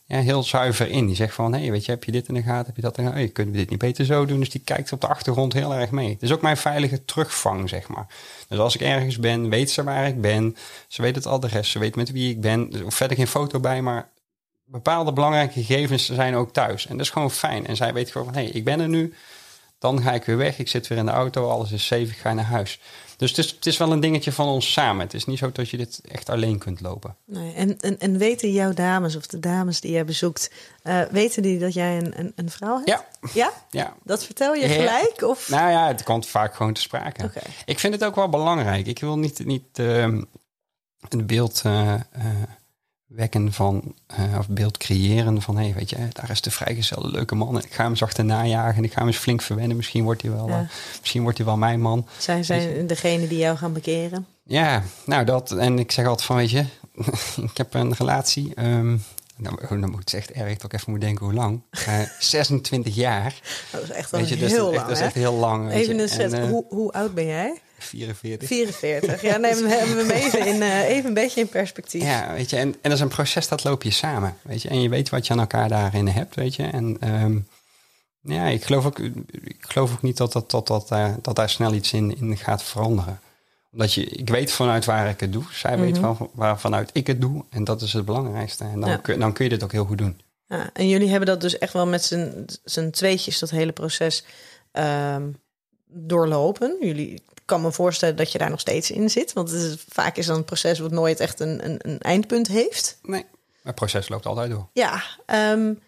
ja, heel zuiver in. Die zegt van, hé, hey, weet je, heb je dit in de gaten, heb je dat in de gaten? Hey, kunnen we dit niet beter zo doen? Dus die kijkt op de achtergrond heel erg mee. Het is ook mijn veilige terugvang, zeg maar. Dus als ik ergens ben, weet ze waar ik ben. Ze weet het adres, ze weet met wie ik ben. Er hoeft verder geen foto bij, maar bepaalde belangrijke gegevens zijn ook thuis. En dat is gewoon fijn. En zij weet gewoon van, hé, hey, ik ben er nu. Dan ga ik weer weg. Ik zit weer in de auto. Alles is safe. Ik ga naar huis. Dus het is, het is wel een dingetje van ons samen. Het is niet zo dat je dit echt alleen kunt lopen. Nee, en, en, en weten jouw dames of de dames die jij bezoekt... Uh, weten die dat jij een, een, een vrouw hebt? Ja. Ja? Ja. Dat vertel je gelijk? Of? Nou ja, het komt vaak gewoon te sprake. Okay. Ik vind het ook wel belangrijk. Ik wil niet, niet uh, een beeld... Uh, uh, wekken van, uh, of beeld creëren van, hé, hey, weet je, daar is de vrijgezelle leuke man. En ik ga hem eens achter najagen en ik ga hem eens flink verwennen. Misschien wordt hij wel, ja. uh, misschien wordt hij wel mijn man. Zij zijn degene die jou gaan bekeren? Ja, nou dat. En ik zeg altijd van, weet je, ik heb een relatie. Um, nou, dan moet het echt erg dat ik even moet denken hoe lang. Uh, zesentwintig jaar. Dat is echt wel weet je, heel dus lang, echt, Dat is echt heel lang. Even een set. En, uh, hoe, hoe oud ben jij? vierenveertig. vierenveertig. Ja, neem hem even, in, uh, even een beetje in perspectief. Ja, weet je, en, en dat is een proces dat loop je samen, weet je. En je weet wat je aan elkaar daarin hebt, weet je. En um, ja, ik geloof ook, ik geloof ook niet dat, dat, dat, dat, uh, dat daar snel iets in, in gaat veranderen. Omdat je, ik weet vanuit waar ik het doe. Zij mm-hmm. weet van, waar vanuit ik het doe. En dat is het belangrijkste. En dan, ja. kun, dan kun je dit ook heel goed doen. Ja, en jullie hebben dat dus echt wel met z'n, z'n tweetjes, dat hele proces um, doorlopen. Jullie... Ik kan me voorstellen dat je daar nog steeds in zit. Want het is, vaak is dan een proces wat nooit echt een, een, een eindpunt heeft. Nee, het proces loopt altijd door. Ja, um,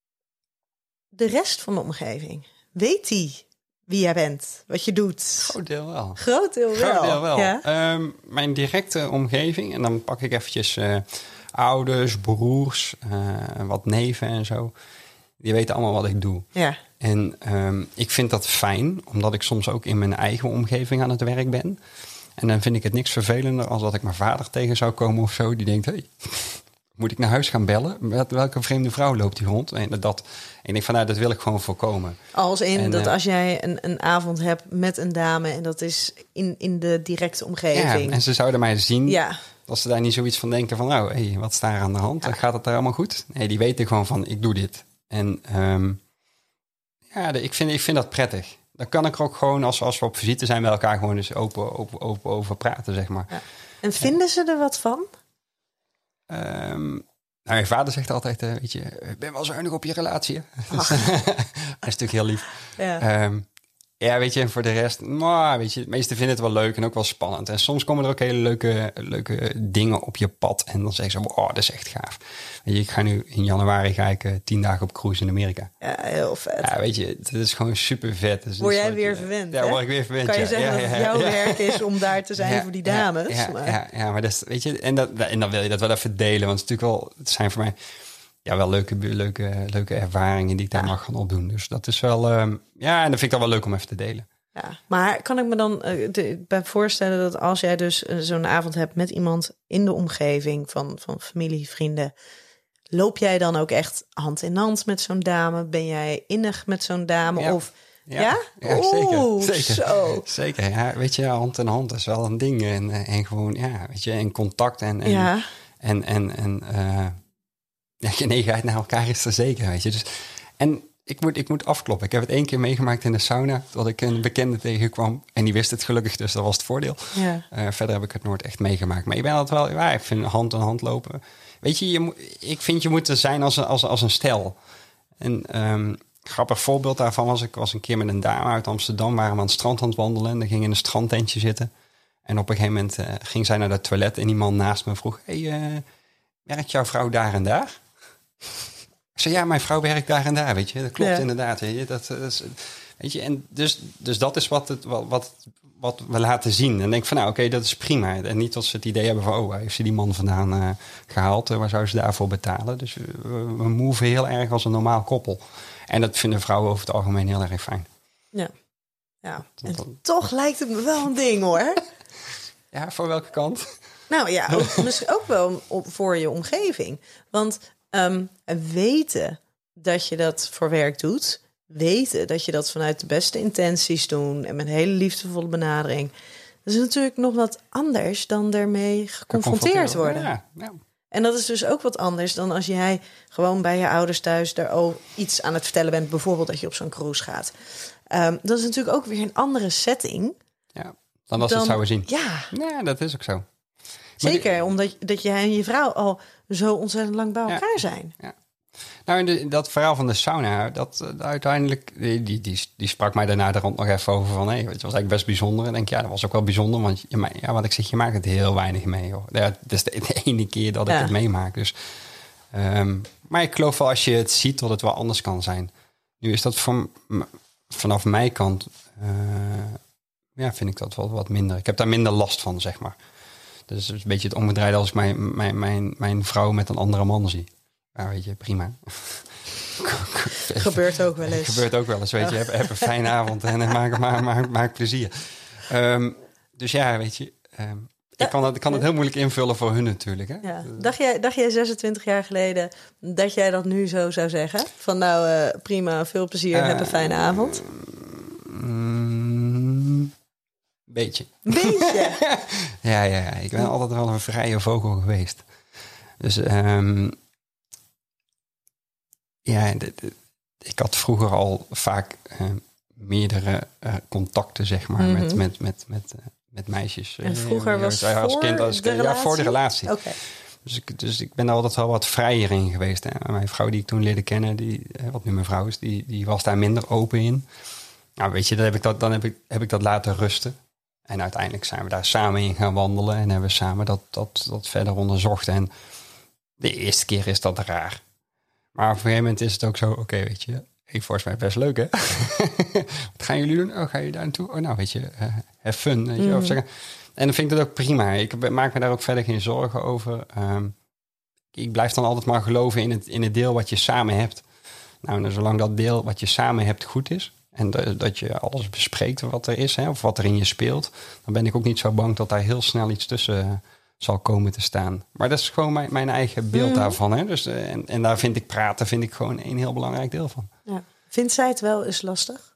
de rest van de omgeving. Weet die wie jij bent? Wat je doet? Groot deel wel. Groot deel wel. Groot deel wel. Ja? Um, mijn directe omgeving. En dan pak ik eventjes uh, ouders, broers, uh, wat neven en zo. Die weten allemaal wat ik doe. Ja. En um, ik vind dat fijn, omdat ik soms ook in mijn eigen omgeving aan het werk ben. En dan vind ik het niks vervelender als dat ik mijn vader tegen zou komen of zo. Die denkt, hey, moet ik naar huis gaan bellen? Welke vreemde vrouw loopt hier rond? En dat, en ik denk van, nou, dat wil ik gewoon voorkomen. Als in en, dat uh, als jij een, een avond hebt met een dame en dat is in, in de directe omgeving. Ja, en ze zouden mij zien. Ja. Als ze daar niet zoiets van denken van, nou, hey, wat is daar aan de hand? Ja. Gaat het daar allemaal goed? Nee, die weten gewoon van, ik doe dit. En um, ja, de, ik, vind, ik vind dat prettig. Dan kan ik er ook gewoon, als, als we op visite zijn, met elkaar gewoon eens open, open, open over praten, zeg maar. Ja. En vinden ze er wat van? Um, nou, mijn vader zegt altijd, uh, weet je, ik ben wel zuinig op je relatie. Dus, dat is natuurlijk heel lief. Ja. Um, ja, weet je, en voor de rest, nou, weet je, de meesten vinden het wel leuk en ook wel spannend. En soms komen er ook hele leuke, leuke dingen op je pad. En dan zeggen ze, oh, dat is echt gaaf. Weet je, ik ga nu in januari ga ik uh, tien dagen op cruise in Amerika. Ja, heel vet. Ja, weet je, dat is gewoon super vet. Dus word jij soort, weer verwend, Ja, hè? word ik weer verwend, kan je ja. zeggen ja, dat ja, het ja, jouw ja. werk is om daar te zijn ja, voor die dames? Ja, ja, maar. ja, ja, maar dat is, weet je, en, dat, en dan wil je dat wel even delen. Want het is natuurlijk wel, het zijn voor mij ja, wel leuke, leuke, leuke ervaringen die ik daar ja. mag gaan opdoen. Dus dat is wel, um, ja, en dat vind ik dan wel leuk om even te delen. Ja, maar kan ik me dan uh, de, bij voorstellen dat als jij dus uh, zo'n avond hebt met iemand in de omgeving van, van familie, vrienden, loop jij dan ook echt hand in hand met zo'n dame? Ben jij innig met zo'n dame? Ja. Of Ja, ja? ja Oeh, zeker. Zeker. Zo. Zeker. Ja, weet je, hand in hand is wel een ding. En, en gewoon, ja, weet je, en contact en, en, ja. en, en, en uh, ja, genegenheid naar elkaar is er zeker, weet je. Dus, en ik moet, ik moet afkloppen. Ik heb het één keer meegemaakt in de sauna, dat ik een bekende tegenkwam. En die wist het gelukkig, dus dat was het voordeel. Ja. Uh, verder heb ik het nooit echt meegemaakt. Maar ik ben altijd wel, ja, ik vind hand in hand lopen. Weet je, je moet, ik vind je moet er zijn als een, als, als een stel. En um, grappig voorbeeld daarvan was, ik was een keer met een dame uit Amsterdam, waren we aan het strand aan het wandelen en dan ging in een strandtentje zitten. En op een gegeven moment uh, ging zij naar het toilet en die man naast me vroeg, hey, uh, werkt jouw vrouw daar en daar? Ik zei, ja, mijn vrouw werkt daar en daar, weet je. Dat klopt ja. inderdaad, weet je. Dat, dat is, weet je, en dus, dus dat is wat, het, wat, wat, wat we laten zien. En denk van, nou, oké, okay, dat is prima. En niet als ze het idee hebben van, oh, waar heeft ze die man vandaan uh, gehaald? Uh, waar zou ze daarvoor betalen? Dus we, we, we moven heel erg als een normaal koppel. En dat vinden vrouwen over het algemeen heel erg fijn. Ja, ja. En dat, toch lijkt het me wel een ding, hoor. Ja, voor welke kant? Nou ja, ook, misschien ook wel voor je omgeving. Want um, weten dat je dat voor werk doet, weten dat je dat vanuit de beste intenties doet en met een hele liefdevolle benadering, dat is natuurlijk nog wat anders dan ermee geconfronteerd worden. Ja, ja. En dat is dus ook wat anders dan als jij gewoon bij je ouders thuis daar ook iets aan het vertellen bent. Bijvoorbeeld dat je op zo'n cruise gaat. Um, dat is natuurlijk ook weer een andere setting. Ja, dan als dan, het zouden zien. Ja. Ja, dat is ook zo. Zeker, die, omdat dat jij en je vrouw al zo ontzettend lang bij elkaar ja, zijn. Ja. Nou, de, dat verhaal van de sauna, dat uh, uiteindelijk, die, die, die, die sprak mij daarna de rond nog even over van, hé, hey, het was eigenlijk best bijzonder. En denk, ja, dat was ook wel bijzonder, want je, ja, wat ik zeg, je maakt het heel weinig mee, hoor. Ja, het is de, de ene keer dat ik ja. het meemaak, dus. Um, maar ik geloof wel, als je het ziet, dat het wel anders kan zijn. Nu is dat van, vanaf mijn kant, uh, ja, vind ik dat wel wat minder. Ik heb daar minder last van, zeg maar. Dus het is een beetje het omgedraaide als ik mijn, mijn, mijn, mijn vrouw met een andere man zie. Ja, weet je, prima. Gebeurt ook wel eens. Gebeurt ook wel eens, weet je. Heb, heb een fijne avond en maak, maak, maak, maak plezier. Um, dus ja, weet je. Um, ik kan het, ik kan het heel moeilijk invullen voor hun natuurlijk. Hè? Ja. Dacht, jij, dacht jij zesentwintig jaar geleden dat jij dat nu zo zou zeggen? Van nou, uh, prima, veel plezier, uh, heb een fijne avond. Mm, beetje. Beetje? ja, ja, ja, ik ben altijd wel een vrije vogel geweest. Dus um, ja, de, de, ik had vroeger al vaak uh, meerdere uh, contacten, zeg maar, mm-hmm. met, met, met, met, uh, met meisjes. En vroeger was ja, als voor kind, als, de ja, relatie? voor de relatie. Okay. Dus ik, dus ik ben er altijd wel wat vrijer in geweest. Hè. Mijn vrouw die ik toen leerde kennen, die, wat nu mijn vrouw is, die, die was daar minder open in. Nou, weet je, dan heb ik dat, dan heb ik, heb ik dat laten rusten. En uiteindelijk zijn we daar samen in gaan wandelen en hebben we samen dat, dat, dat verder onderzocht. En de eerste keer is dat raar. Maar op een gegeven moment is het ook zo, oké, okay, weet je, ik volgens mij best leuk, hè? Wat gaan jullie doen? Oh, ga je daar naartoe? Oh, nou, weet je, uh, have fun. Weet je, mm. of zeggen. En dan vind ik dat ook prima. Ik maak me daar ook verder geen zorgen over. Um, ik blijf dan altijd maar geloven in het, in het deel wat je samen hebt. Nou, en zolang dat deel wat je samen hebt goed is, en de, dat je alles bespreekt wat er is, hè, of wat er in je speelt, dan ben ik ook niet zo bang dat daar heel snel iets tussen uh, zal komen te staan. Maar dat is gewoon mijn, mijn eigen beeld mm. daarvan. Hè. Dus, uh, en, en daar vind ik praten vind ik gewoon een heel belangrijk deel van. Ja. Vindt zij het wel eens lastig?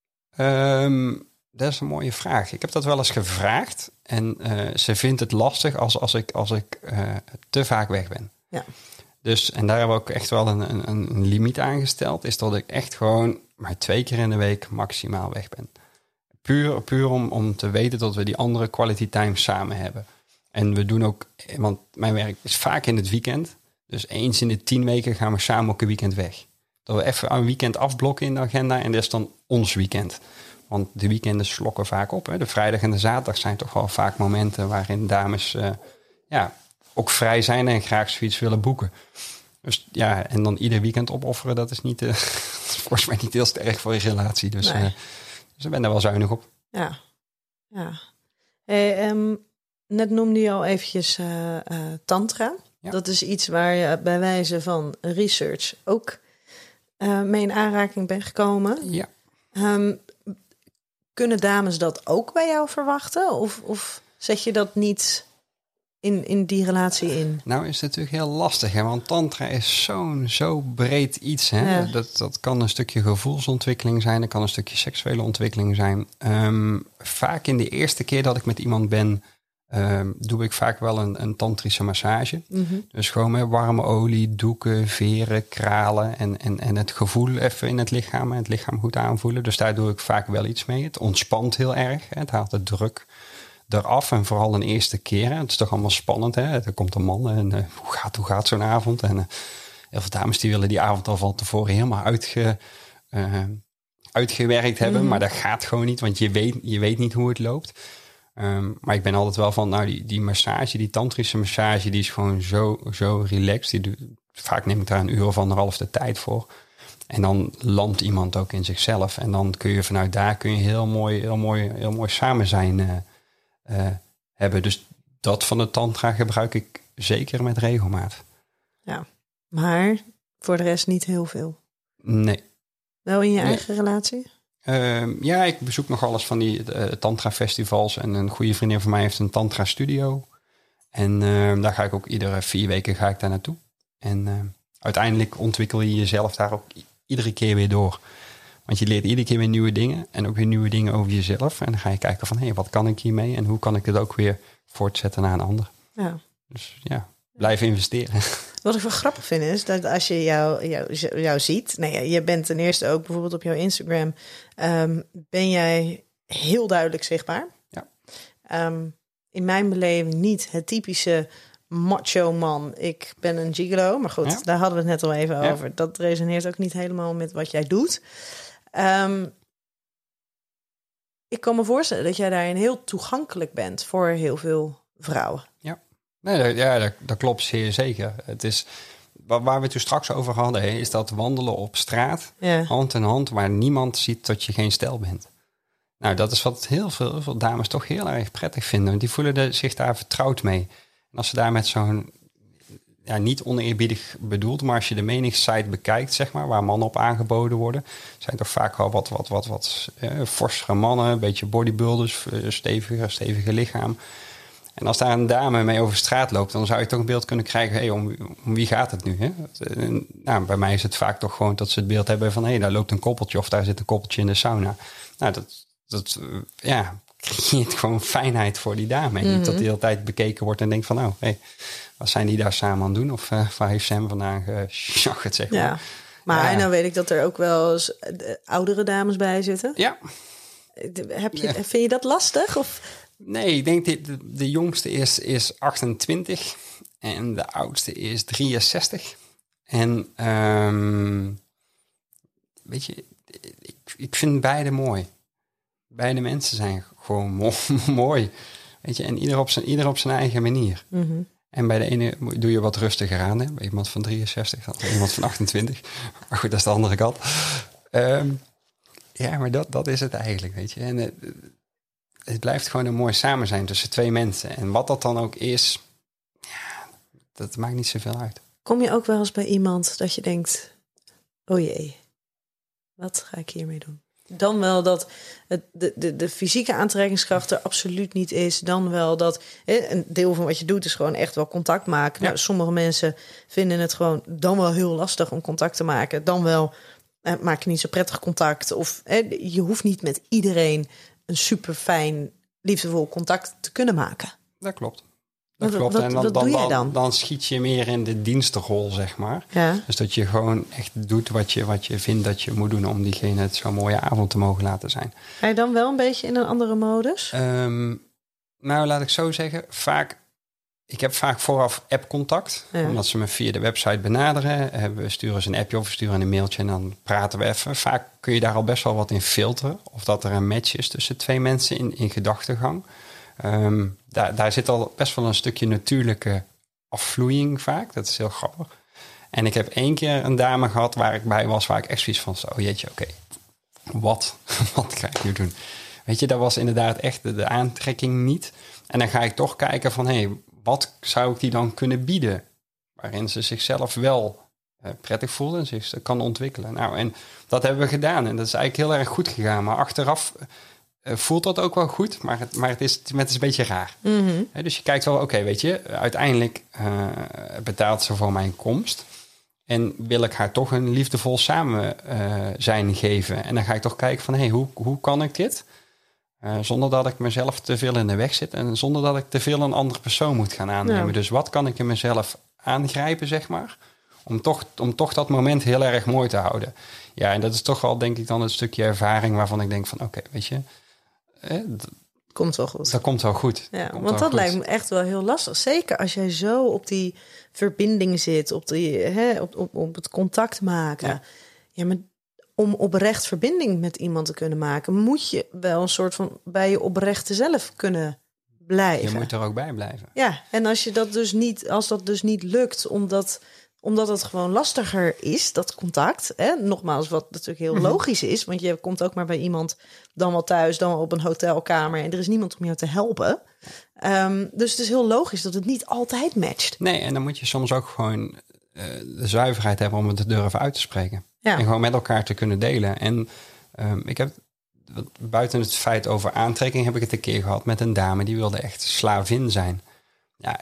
Um, dat is een mooie vraag. Ik heb dat wel eens gevraagd. En uh, ze vindt het lastig als, als ik, als ik uh, te vaak weg ben. Ja. Dus, en daar hebben we ook echt wel een, een, een limiet aangesteld. Is dat ik echt gewoon maar twee keer in de week maximaal weg ben. Puur, puur om, om te weten dat we die andere quality time samen hebben. En we doen ook, want mijn werk is vaak in het weekend. Dus eens in de tien weken gaan we samen ook een weekend weg. Dat we even een weekend afblokken in de agenda en dat is dan ons weekend. Want de weekenden slokken vaak op. Hè. De vrijdag en de zaterdag zijn toch wel vaak momenten waarin dames uh, ja, ook vrij zijn en graag zoiets willen boeken. Dus ja, en dan ieder weekend opofferen, dat is niet, uh, volgens mij niet heel sterk voor je relatie. Dus, nee. uh, dus ik ben daar wel zuinig op. Ja, ja. Hey, um, net noemde je al eventjes uh, uh, tantra. Ja. Dat is iets waar je bij wijze van research ook uh, mee in aanraking bent gekomen. Ja. Um, kunnen dames dat ook bij jou verwachten? Of, of zet je dat niet in, in die relatie in? Nou is het natuurlijk heel lastig, hè? Want tantra is zo'n zo breed iets. Hè? Ja. Dat, dat kan een stukje gevoelsontwikkeling zijn. Dat kan een stukje seksuele ontwikkeling zijn. Um, vaak in de eerste keer dat ik met iemand ben, Um, doe ik vaak wel een, een tantrische massage. Mm-hmm. Dus gewoon met warme olie, doeken, veren, kralen en, en, en het gevoel even in het lichaam en het lichaam goed aanvoelen. Dus daar doe ik vaak wel iets mee. Het ontspant heel erg. Hè. Het haalt de druk eraf en vooral een eerste keer. Hè. Het is toch allemaal spannend. Hè. Er komt een man en uh, hoe gaat, hoe gaat zo'n avond? En uh, heel veel dames die willen die avond al van tevoren helemaal uitge, uh, uitgewerkt hebben. Mm-hmm. Maar dat gaat gewoon niet, want je weet, je weet niet hoe het loopt. Um, maar ik ben altijd wel van, nou die, die massage, die tantrische massage, die is gewoon zo, zo relaxed. Die doe, vaak neem ik daar een uur of anderhalf de tijd voor. En dan landt iemand ook in zichzelf. En dan kun je vanuit daar kun je heel mooi, heel mooi, heel mooi samen zijn uh, uh, hebben. Dus dat van de tantra gebruik ik zeker met regelmaat. Ja, maar voor de rest niet heel veel. Nee. Wel in je nee. eigen relatie? Uh, ja, ik bezoek nog alles van die uh, tantra-festivals. En een goede vriendin van mij heeft een tantra-studio. En uh, daar ga ik ook iedere vier weken ga ik daar naartoe. En uh, uiteindelijk ontwikkel je jezelf daar ook i- iedere keer weer door. Want je leert iedere keer weer nieuwe dingen. En ook weer nieuwe dingen over jezelf. En dan ga je kijken van, hé, hey, wat kan ik hiermee? En hoe kan ik het ook weer voortzetten naar een ander? Ja. Dus ja, blijven investeren. Wat ik wel grappig vind is dat als je jou, jou, jou ziet... Nou ja, je bent ten eerste ook bijvoorbeeld op jouw Instagram... Um, ben jij heel duidelijk zichtbaar. Ja. Um, in mijn beleving niet het typische macho man. Ik ben een gigolo. Maar goed, ja. daar hadden we het net al even ja. over. Dat resoneert ook niet helemaal met wat jij doet. Um, ik kan me voorstellen dat jij daarin heel toegankelijk bent... voor heel veel vrouwen. Ja. Nee, dat, ja, dat, dat klopt zeer zeker. Het is waar, waar we het toen straks over hadden, is dat wandelen op straat, ja. hand in hand, waar niemand ziet dat je geen stijl bent. Nou, dat is wat heel veel, heel veel dames toch heel erg prettig vinden. Want die voelen de, zich daar vertrouwd mee. En als ze daar met zo'n, ja, niet oneerbiedig bedoeld, maar als je de menigste bekijkt, zeg maar, waar mannen op aangeboden worden, zijn toch vaak wel wat, wat, wat, wat eh, forsere mannen, een beetje bodybuilders, stevige, stevige lichaam. En als daar een dame mee over straat loopt, dan zou je toch een beeld kunnen krijgen, hey, om, om wie gaat het nu? Hè? En, nou, bij mij is het vaak toch gewoon dat ze het beeld hebben van, hé, hey, daar loopt een koppeltje of daar zit een koppeltje in de sauna. Nou, dat, dat ja, creëert gewoon fijnheid voor die dame. En mm-hmm. niet dat die de hele tijd bekeken wordt en denkt van, nou, hé, hey, wat zijn die daar samen aan het doen? Of uh, waar heeft ze hem vandaan geschacht, zeg maar. Ja, maar ja. nou weet ik dat er ook wel eens oudere dames bij zitten. Ja. Heb je, ja. Vind je dat lastig? Of... Nee, ik denk de, de, de jongste is, is achtentwintig en de oudste is drieënzestig. En um, weet je, ik, ik vind beide mooi. Beide mensen zijn gewoon mo- mooi. Weet je, en ieder op zijn, ieder op zijn eigen manier. Mm-hmm. En bij de ene doe je wat rustiger aan. Hè? Bij iemand van drieënzestig, dan bij iemand van achtentwintig. Maar goed, dat is de andere kant. Um, ja, maar dat, dat is het eigenlijk, weet je. En uh, het blijft gewoon een mooi samen zijn tussen twee mensen. En wat dat dan ook is, ja, dat maakt niet zoveel uit. Kom je ook wel eens bij iemand dat je denkt, oh jee, wat ga ik hiermee doen? Dan wel dat het, de, de, de fysieke aantrekkingskracht er absoluut niet is. Dan wel dat hè, een deel van wat je doet is gewoon echt wel contact maken. Ja. Nou, sommige mensen vinden het gewoon dan wel heel lastig om contact te maken. Dan wel eh, maak je niet zo prettig contact. Of hè, je hoeft niet met iedereen een super fijn, liefdevol contact te kunnen maken. Dat klopt. Dat wat, klopt. Wat, en dan, wat dan, doe jij dan? dan? Dan schiet je meer in de dienstenrol, zeg maar. Ja. Dus dat je gewoon echt doet wat je, wat je vindt dat je moet doen om diegene het zo'n mooie avond te mogen laten zijn. Ga je dan wel een beetje in een andere modus? Um, nou, laat ik zo zeggen. Vaak, ik heb vaak vooraf appcontact. Ja. Omdat ze me via de website benaderen. We sturen ze een appje of we sturen een mailtje en dan praten we even. Vaak kun je daar al best wel wat in filteren. Of dat er een match is tussen twee mensen in, in gedachtegang. Um, daar, daar zit al best wel een stukje natuurlijke afvloeiing vaak. Dat is heel grappig. En ik heb één keer een dame gehad waar ik bij was, waar ik echt zoiets van, oh jeetje, oké, okay. wat? Wat ga ik nu doen? Weet je, dat was inderdaad echt de, de aantrekking niet. En dan ga ik toch kijken van, hé, hey, wat zou ik die dan kunnen bieden? Waarin ze zichzelf wel uh, prettig voelt en zich kan ontwikkelen. Nou, en dat hebben we gedaan. En dat is eigenlijk heel erg goed gegaan. Maar achteraf uh, voelt dat ook wel goed. Maar het, maar het, is, het is een beetje raar. Mm-hmm. He, dus je kijkt wel, oké, okay, weet je, uiteindelijk uh, betaalt ze voor mijn komst. En wil ik haar toch een liefdevol samen uh, zijn geven. En dan ga ik toch kijken van, hé, hey, hoe, hoe kan ik dit? Uh, zonder dat ik mezelf te veel in de weg zit. En zonder dat ik te veel een andere persoon moet gaan aannemen. Ja. Dus wat kan ik in mezelf aangrijpen, zeg maar. Om toch, om toch dat moment heel erg mooi te houden. Ja, en dat is toch wel, denk ik, dan een stukje ervaring waarvan ik denk van, oké, okay, weet je. Eh, d- komt wel goed. Dat komt wel goed. Ja, komt want dat goed. lijkt me echt wel heel lastig. Zeker als jij zo op die verbinding zit. Op, die, hè, op, op, op het contact maken. Ja, ja maar om oprecht verbinding met iemand te kunnen maken, moet je wel een soort van bij je oprechte zelf kunnen blijven. Je moet er ook bij blijven. Ja, en als je dat dus niet, als dat dus niet lukt, omdat, omdat het gewoon lastiger is, dat contact. Hè? Nogmaals, wat natuurlijk heel mm-hmm. logisch is, want je komt ook maar bij iemand, dan wel thuis, dan wel op een hotelkamer en er is niemand om jou te helpen. Um, dus het is heel logisch dat het niet altijd matcht. Nee, en dan moet je soms ook gewoon uh, de zuiverheid hebben om het te durven uit te spreken. Ja. En gewoon met elkaar te kunnen delen. En um, ik heb, buiten het feit over aantrekking, heb ik het een keer gehad met een dame die wilde echt slavin zijn. Ja,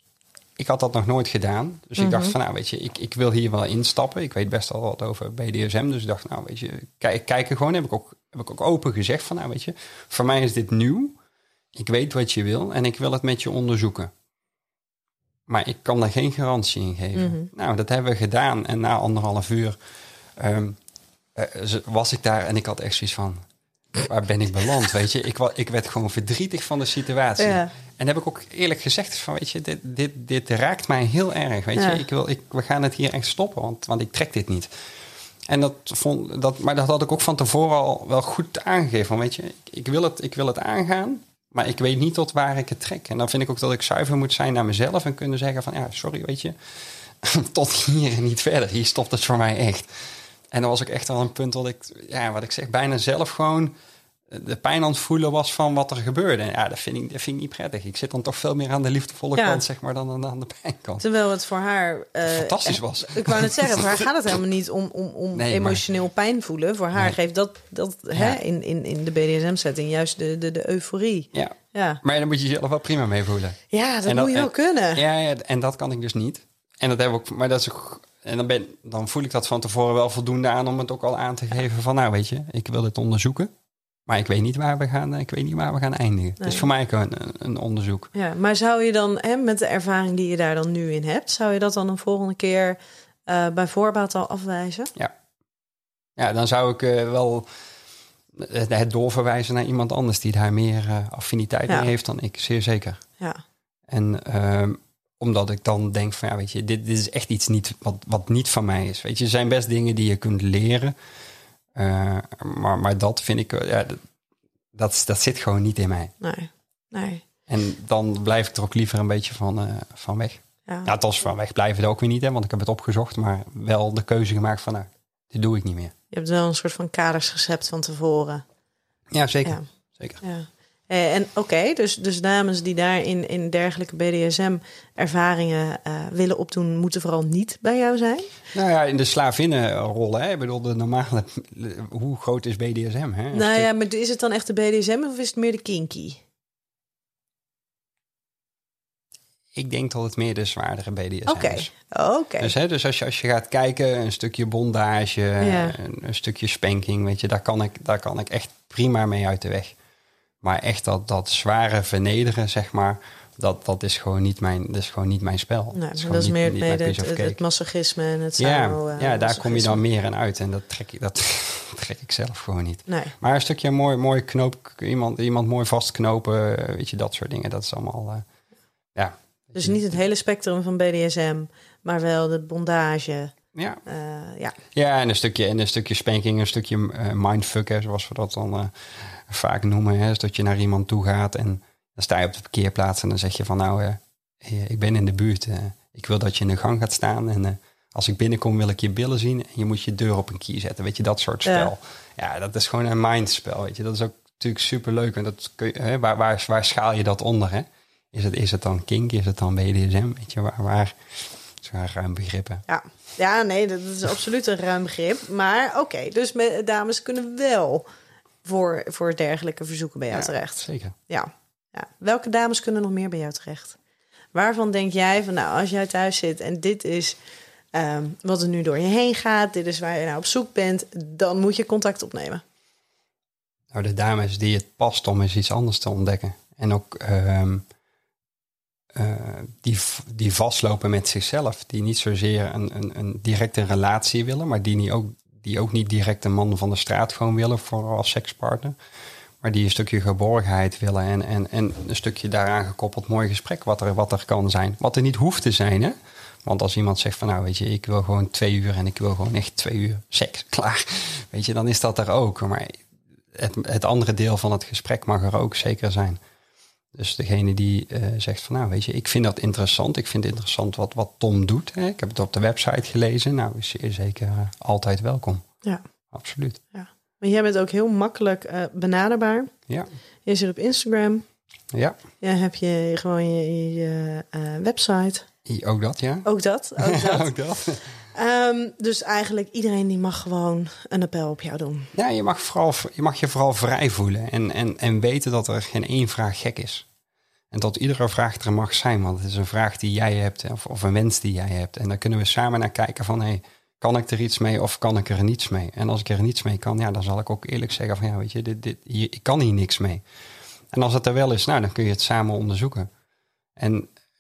ik had dat nog nooit gedaan. Dus mm-hmm. ik dacht van, nou weet je, ik, ik wil hier wel instappen. Ik weet best wel wat over B D S M. Dus ik dacht, nou weet je, kijk, kijken gewoon. Heb ik, ook, heb ik ook open gezegd van, nou weet je, voor mij is dit nieuw. Ik weet wat je wil en ik wil het met je onderzoeken. Maar ik kan daar geen garantie in geven. Mm-hmm. Nou, dat hebben we gedaan. En na anderhalf uur um, uh, was ik daar en ik had echt zoiets van... waar ben ik beland, weet je? Ik, ik werd gewoon verdrietig van de situatie. Ja. En heb ik ook eerlijk gezegd van, weet je, dit, dit, dit raakt mij heel erg, weet ja. je. Ik wil, ik, we gaan het hier echt stoppen, want, want ik trek dit niet. En dat vond, dat, maar dat had ik ook van tevoren al wel goed aangegeven. Van, weet je, ik, ik, wil het, ik wil het aangaan, maar ik weet niet tot waar ik het trek. En dan vind ik ook dat ik zuiver moet zijn naar mezelf en kunnen zeggen van, ja, sorry, weet je, tot hier en niet verder. Hier stopt het voor mij echt. En dan was ik echt al een punt dat ik, ja, wat ik zeg, bijna zelf gewoon de pijn aan het voelen was van wat er gebeurde. En ja, dat vind ik, dat vind ik niet prettig. Ik zit dan toch veel meer aan de liefdevolle ja. kant, zeg maar, dan aan de pijnkant. Terwijl het voor haar... Uh, fantastisch was. Ik wou net zeggen, voor haar gaat het helemaal niet om, om, om nee, emotioneel maar, pijn voelen. Voor haar nee. geeft dat, dat ja. hè, in, in, in de B D S M-setting juist de, de, de euforie. Ja. ja, maar dan moet je jezelf wel prima mee voelen. Ja, dat, dat moet je wel en, kunnen. Ja, ja, en dat kan ik dus niet. En dat heb ik ook... Maar dat is ook... En dan, ben, dan voel ik dat van tevoren wel voldoende aan om het ook al aan te geven van, nou weet je, ik wil dit onderzoeken. Maar ik weet niet waar we gaan, ik weet niet waar we gaan eindigen. Nee. Het is voor mij een, een onderzoek. Ja, maar zou je dan, hè, met de ervaring die je daar dan nu in hebt, zou je dat dan een volgende keer uh, bij voorbaat al afwijzen? Ja. Ja, dan zou ik uh, wel het doorverwijzen naar iemand anders die daar meer uh, affiniteit ja. mee heeft dan ik. Zeer zeker. Ja. En uh, omdat ik dan denk van, ja, weet je, dit, dit is echt iets niet, wat, wat niet van mij is. Weet je, er zijn best dingen die je kunt leren. Uh, maar, maar dat vind ik, ja, dat, dat, dat zit gewoon niet in mij. Nee, nee. En dan blijf ik er ook liever een beetje van, uh, van weg. Ja. Ja, het was van weg blijven er ook weer niet, hè, want ik heb het opgezocht, maar wel de keuze gemaakt van, nou, dit doe ik niet meer. Je hebt wel een soort van kaders geschept van tevoren. Ja, zeker. Ja. zeker. Ja. Eh, en oké, okay, dus, dus dames die daar in, in dergelijke B D S M-ervaringen uh, willen opdoen, moeten vooral niet bij jou zijn? Nou ja, in de slavinnenrol, hè. Ik bedoel, de normale, hoe groot is B D S M? Hè? Nou stuk... ja, maar is het dan echt de B D S M of is het meer de kinky? Ik denk dat het meer de zwaardere B D S M okay. is. Oké. Okay. Dus, hè, dus als je, als je gaat kijken, een stukje bondage, ja. een, een stukje spanking, weet je, daar kan ik, daar kan ik echt prima mee uit de weg. Maar echt dat, dat zware vernederen, zeg maar, dat, dat, is gewoon niet mijn, dat is gewoon niet mijn spel. Nee, dat is, dat is niet, meer niet het, het, het masochisme en het sado, Ja, ja daar kom je dan meer in uit. En dat trek ik, dat trek ik zelf gewoon niet. Nee. Maar een stukje mooi, mooi knoop, iemand, iemand mooi vastknopen, weet je, dat soort dingen. Dat is allemaal, uh, ja. Dus niet het hele spectrum van B D S M, maar wel de bondage. Ja. Uh, ja. ja, en een stukje, en een stukje spanking, een stukje uh, mindfuck, hè, zoals we dat dan uh, vaak noemen. Hè, is dat je naar iemand toe gaat en dan sta je op de parkeerplaats en dan zeg je van, nou, uh, ik ben in de buurt. Uh, ik wil dat je in de gang gaat staan en uh, als ik binnenkom wil ik je billen zien en je moet je deur op een kier zetten. Weet je, dat soort spel. Ja, ja dat is gewoon een mindspel, weet je. Dat is ook natuurlijk superleuk. En dat kun je, hè, waar, waar, waar schaal je dat onder, hè? Is het, is het dan kink? Is het dan B D S M? Weet je, waar, waar zijn ruim begrippen? Ja. ja, nee, dat is absoluut een ruim begrip. Maar oké, okay, dus met, dames kunnen wel voor, voor dergelijke verzoeken bij jou ja, terecht. Zeker. Ja. ja. Welke dames kunnen nog meer bij jou terecht? Waarvan denk jij van, nou, als jij thuis zit en dit is um, wat er nu door je heen gaat, dit is waar je naar op zoek bent, dan moet je contact opnemen. Nou, de dames die het past om eens iets anders te ontdekken. En ook um, uh, die, die vastlopen met zichzelf. Die niet zozeer een, een, een directe relatie willen, maar die, niet ook, die ook niet direct een man van de straat gewoon willen voor als sekspartner. Maar die een stukje geborgenheid willen en, en, en een stukje daaraan gekoppeld mooi gesprek wat er, wat er kan zijn. Wat er niet hoeft te zijn, hè. Want als iemand zegt van, nou weet je, ik wil gewoon twee uur en ik wil gewoon echt twee uur seks, klaar. Weet je, dan is dat er ook. Maar het, het andere deel van het gesprek mag er ook zeker zijn. Dus degene die uh, zegt van, nou weet je, ik vind dat interessant. Ik vind het interessant wat, wat Tom doet. Hè. Ik heb het op de website gelezen. Nou, is zeer zeker uh, altijd welkom. Ja. Absoluut. Ja. Maar jij bent ook heel makkelijk uh, benaderbaar. Ja. Je zit op Instagram. Ja. Ja, heb je gewoon je, je uh, website. Ook dat, ja. Ook dat, ook dat. ook dat. Um, dus eigenlijk iedereen die mag gewoon een appel op jou doen. Ja, je mag, vooral, je mag je vooral vrij voelen. En, en, en weten dat er geen één vraag gek is. En dat iedere vraag er mag zijn. Want het is een vraag die jij hebt of, of een wens die jij hebt. En dan kunnen we samen naar kijken van, hey, kan ik er iets mee of kan ik er niets mee? En als ik er niets mee kan, ja, dan zal ik ook eerlijk zeggen van, ja, weet je, dit, dit, hier, ik kan hier niks mee. En als het er wel is, nou, dan kun je het samen onderzoeken. En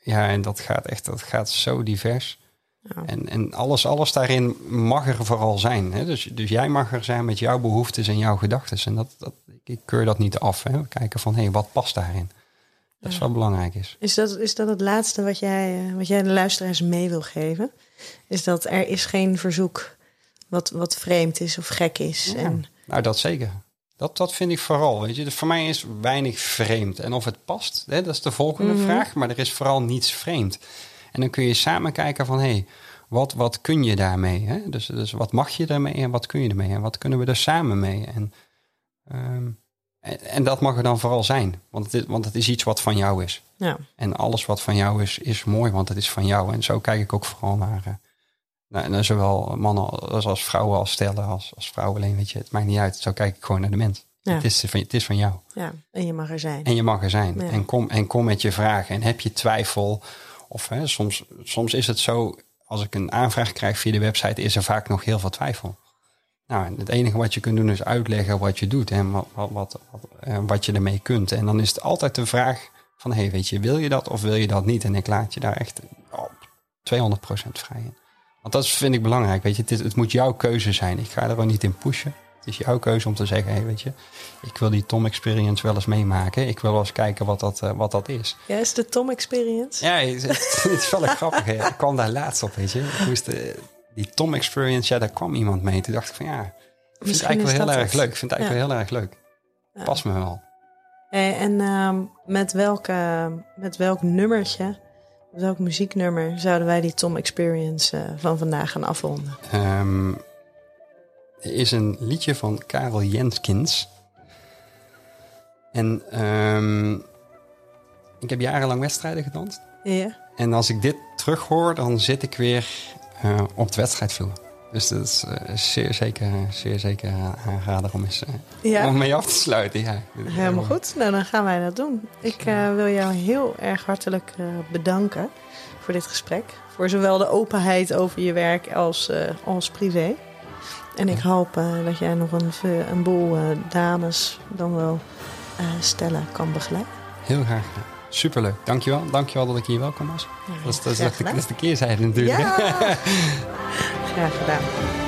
Ja, en dat gaat echt, dat gaat zo divers. Ja. En, en alles, alles daarin mag er vooral zijn. Hè? Dus, dus jij mag er zijn met jouw behoeftes en jouw gedachten. En dat, dat, ik keur dat niet af. Hè? We kijken van, hé, hey, wat past daarin? Dat is wat belangrijk is. Is dat, is dat het laatste wat jij, wat jij de luisteraars mee wil geven? Is dat er is geen verzoek wat, wat vreemd is of gek is? Ja, en... Nou, dat zeker. Dat, dat vind ik vooral. Weet je. Dus voor mij is weinig vreemd. En of het past, hè, dat is de volgende Mm-hmm. vraag. Maar er is vooral niets vreemd. En dan kun je samen kijken van, hé, hey, wat, wat kun je daarmee? Hè? Dus, dus wat mag je daarmee en wat kun je ermee? En wat kunnen we er samen mee? En, um, en, en dat mag er dan vooral zijn. Want het is, want het is iets wat van jou is. Ja. En alles wat van jou is, is mooi, want het is van jou. En zo kijk ik ook vooral naar, uh, naar, naar zowel mannen als, als vrouwen, als stellen, als, als vrouwen alleen. Weet je, het maakt niet uit. Zo kijk ik gewoon naar de mens. Ja. Het, is van, het is van jou. Ja, en je mag er zijn. En je mag er zijn. Ja. En, kom, en kom met je vragen. En heb je twijfel... Of hè, soms, soms is het zo, als ik een aanvraag krijg via de website, is er vaak nog heel veel twijfel. Nou, en het enige wat je kunt doen is uitleggen wat je doet en wat, wat, wat, wat, eh, wat je ermee kunt. En dan is het altijd de vraag van, hé, hey, weet je, wil je dat of wil je dat niet? En ik laat je daar echt oh, tweehonderd procent vrij in. Want dat vind ik belangrijk, weet je. Het, is, het moet jouw keuze zijn. Ik ga er wel niet in pushen. Het is jouw keuze om te zeggen, hé, hey, weet je, ik wil die Tom Experience wel eens meemaken. Ik wil wel eens kijken wat dat, uh, wat dat is. Ja, is de Tom Experience? Ja, het, het, het is wel grappig. Hè? Ik kwam daar laatst op, weet je. Ik moest, uh, die Tom Experience, ja, daar kwam iemand mee. Toen dacht ik van, ja, ik vind het eigenlijk wel heel erg leuk. Ik vind het eigenlijk wel heel erg leuk. Ja. Past me wel. Hey, en uh, met, welke, met welk nummertje, met welk muzieknummer zouden wij die Tom Experience uh, van vandaag gaan afronden? Um, er is een liedje van Karel Jenskins. En um, ik heb jarenlang wedstrijden gedanst. Ja. En als ik dit terughoor, dan zit ik weer uh, op het wedstrijdvloer. Dus dat is uh, zeer zeker, zeer zeker aanrader om eens uh, Ja. om mee af te sluiten. Ja. Helemaal goed. Nou, dan gaan wij dat doen. Ik uh, wil jou heel erg hartelijk uh, bedanken voor dit gesprek. Voor zowel de openheid over je werk als, uh, als privé. En ik hoop uh, dat jij nog een, een boel uh, dames, dan wel uh, stellen, kan begeleiden. Heel graag. Superleuk. Dankjewel. Dankjewel dat ik hier welkom was. Ja, dat, is, dat, is, graag dat, gedaan. is de keerzijde natuurlijk. Ja. Graag gedaan.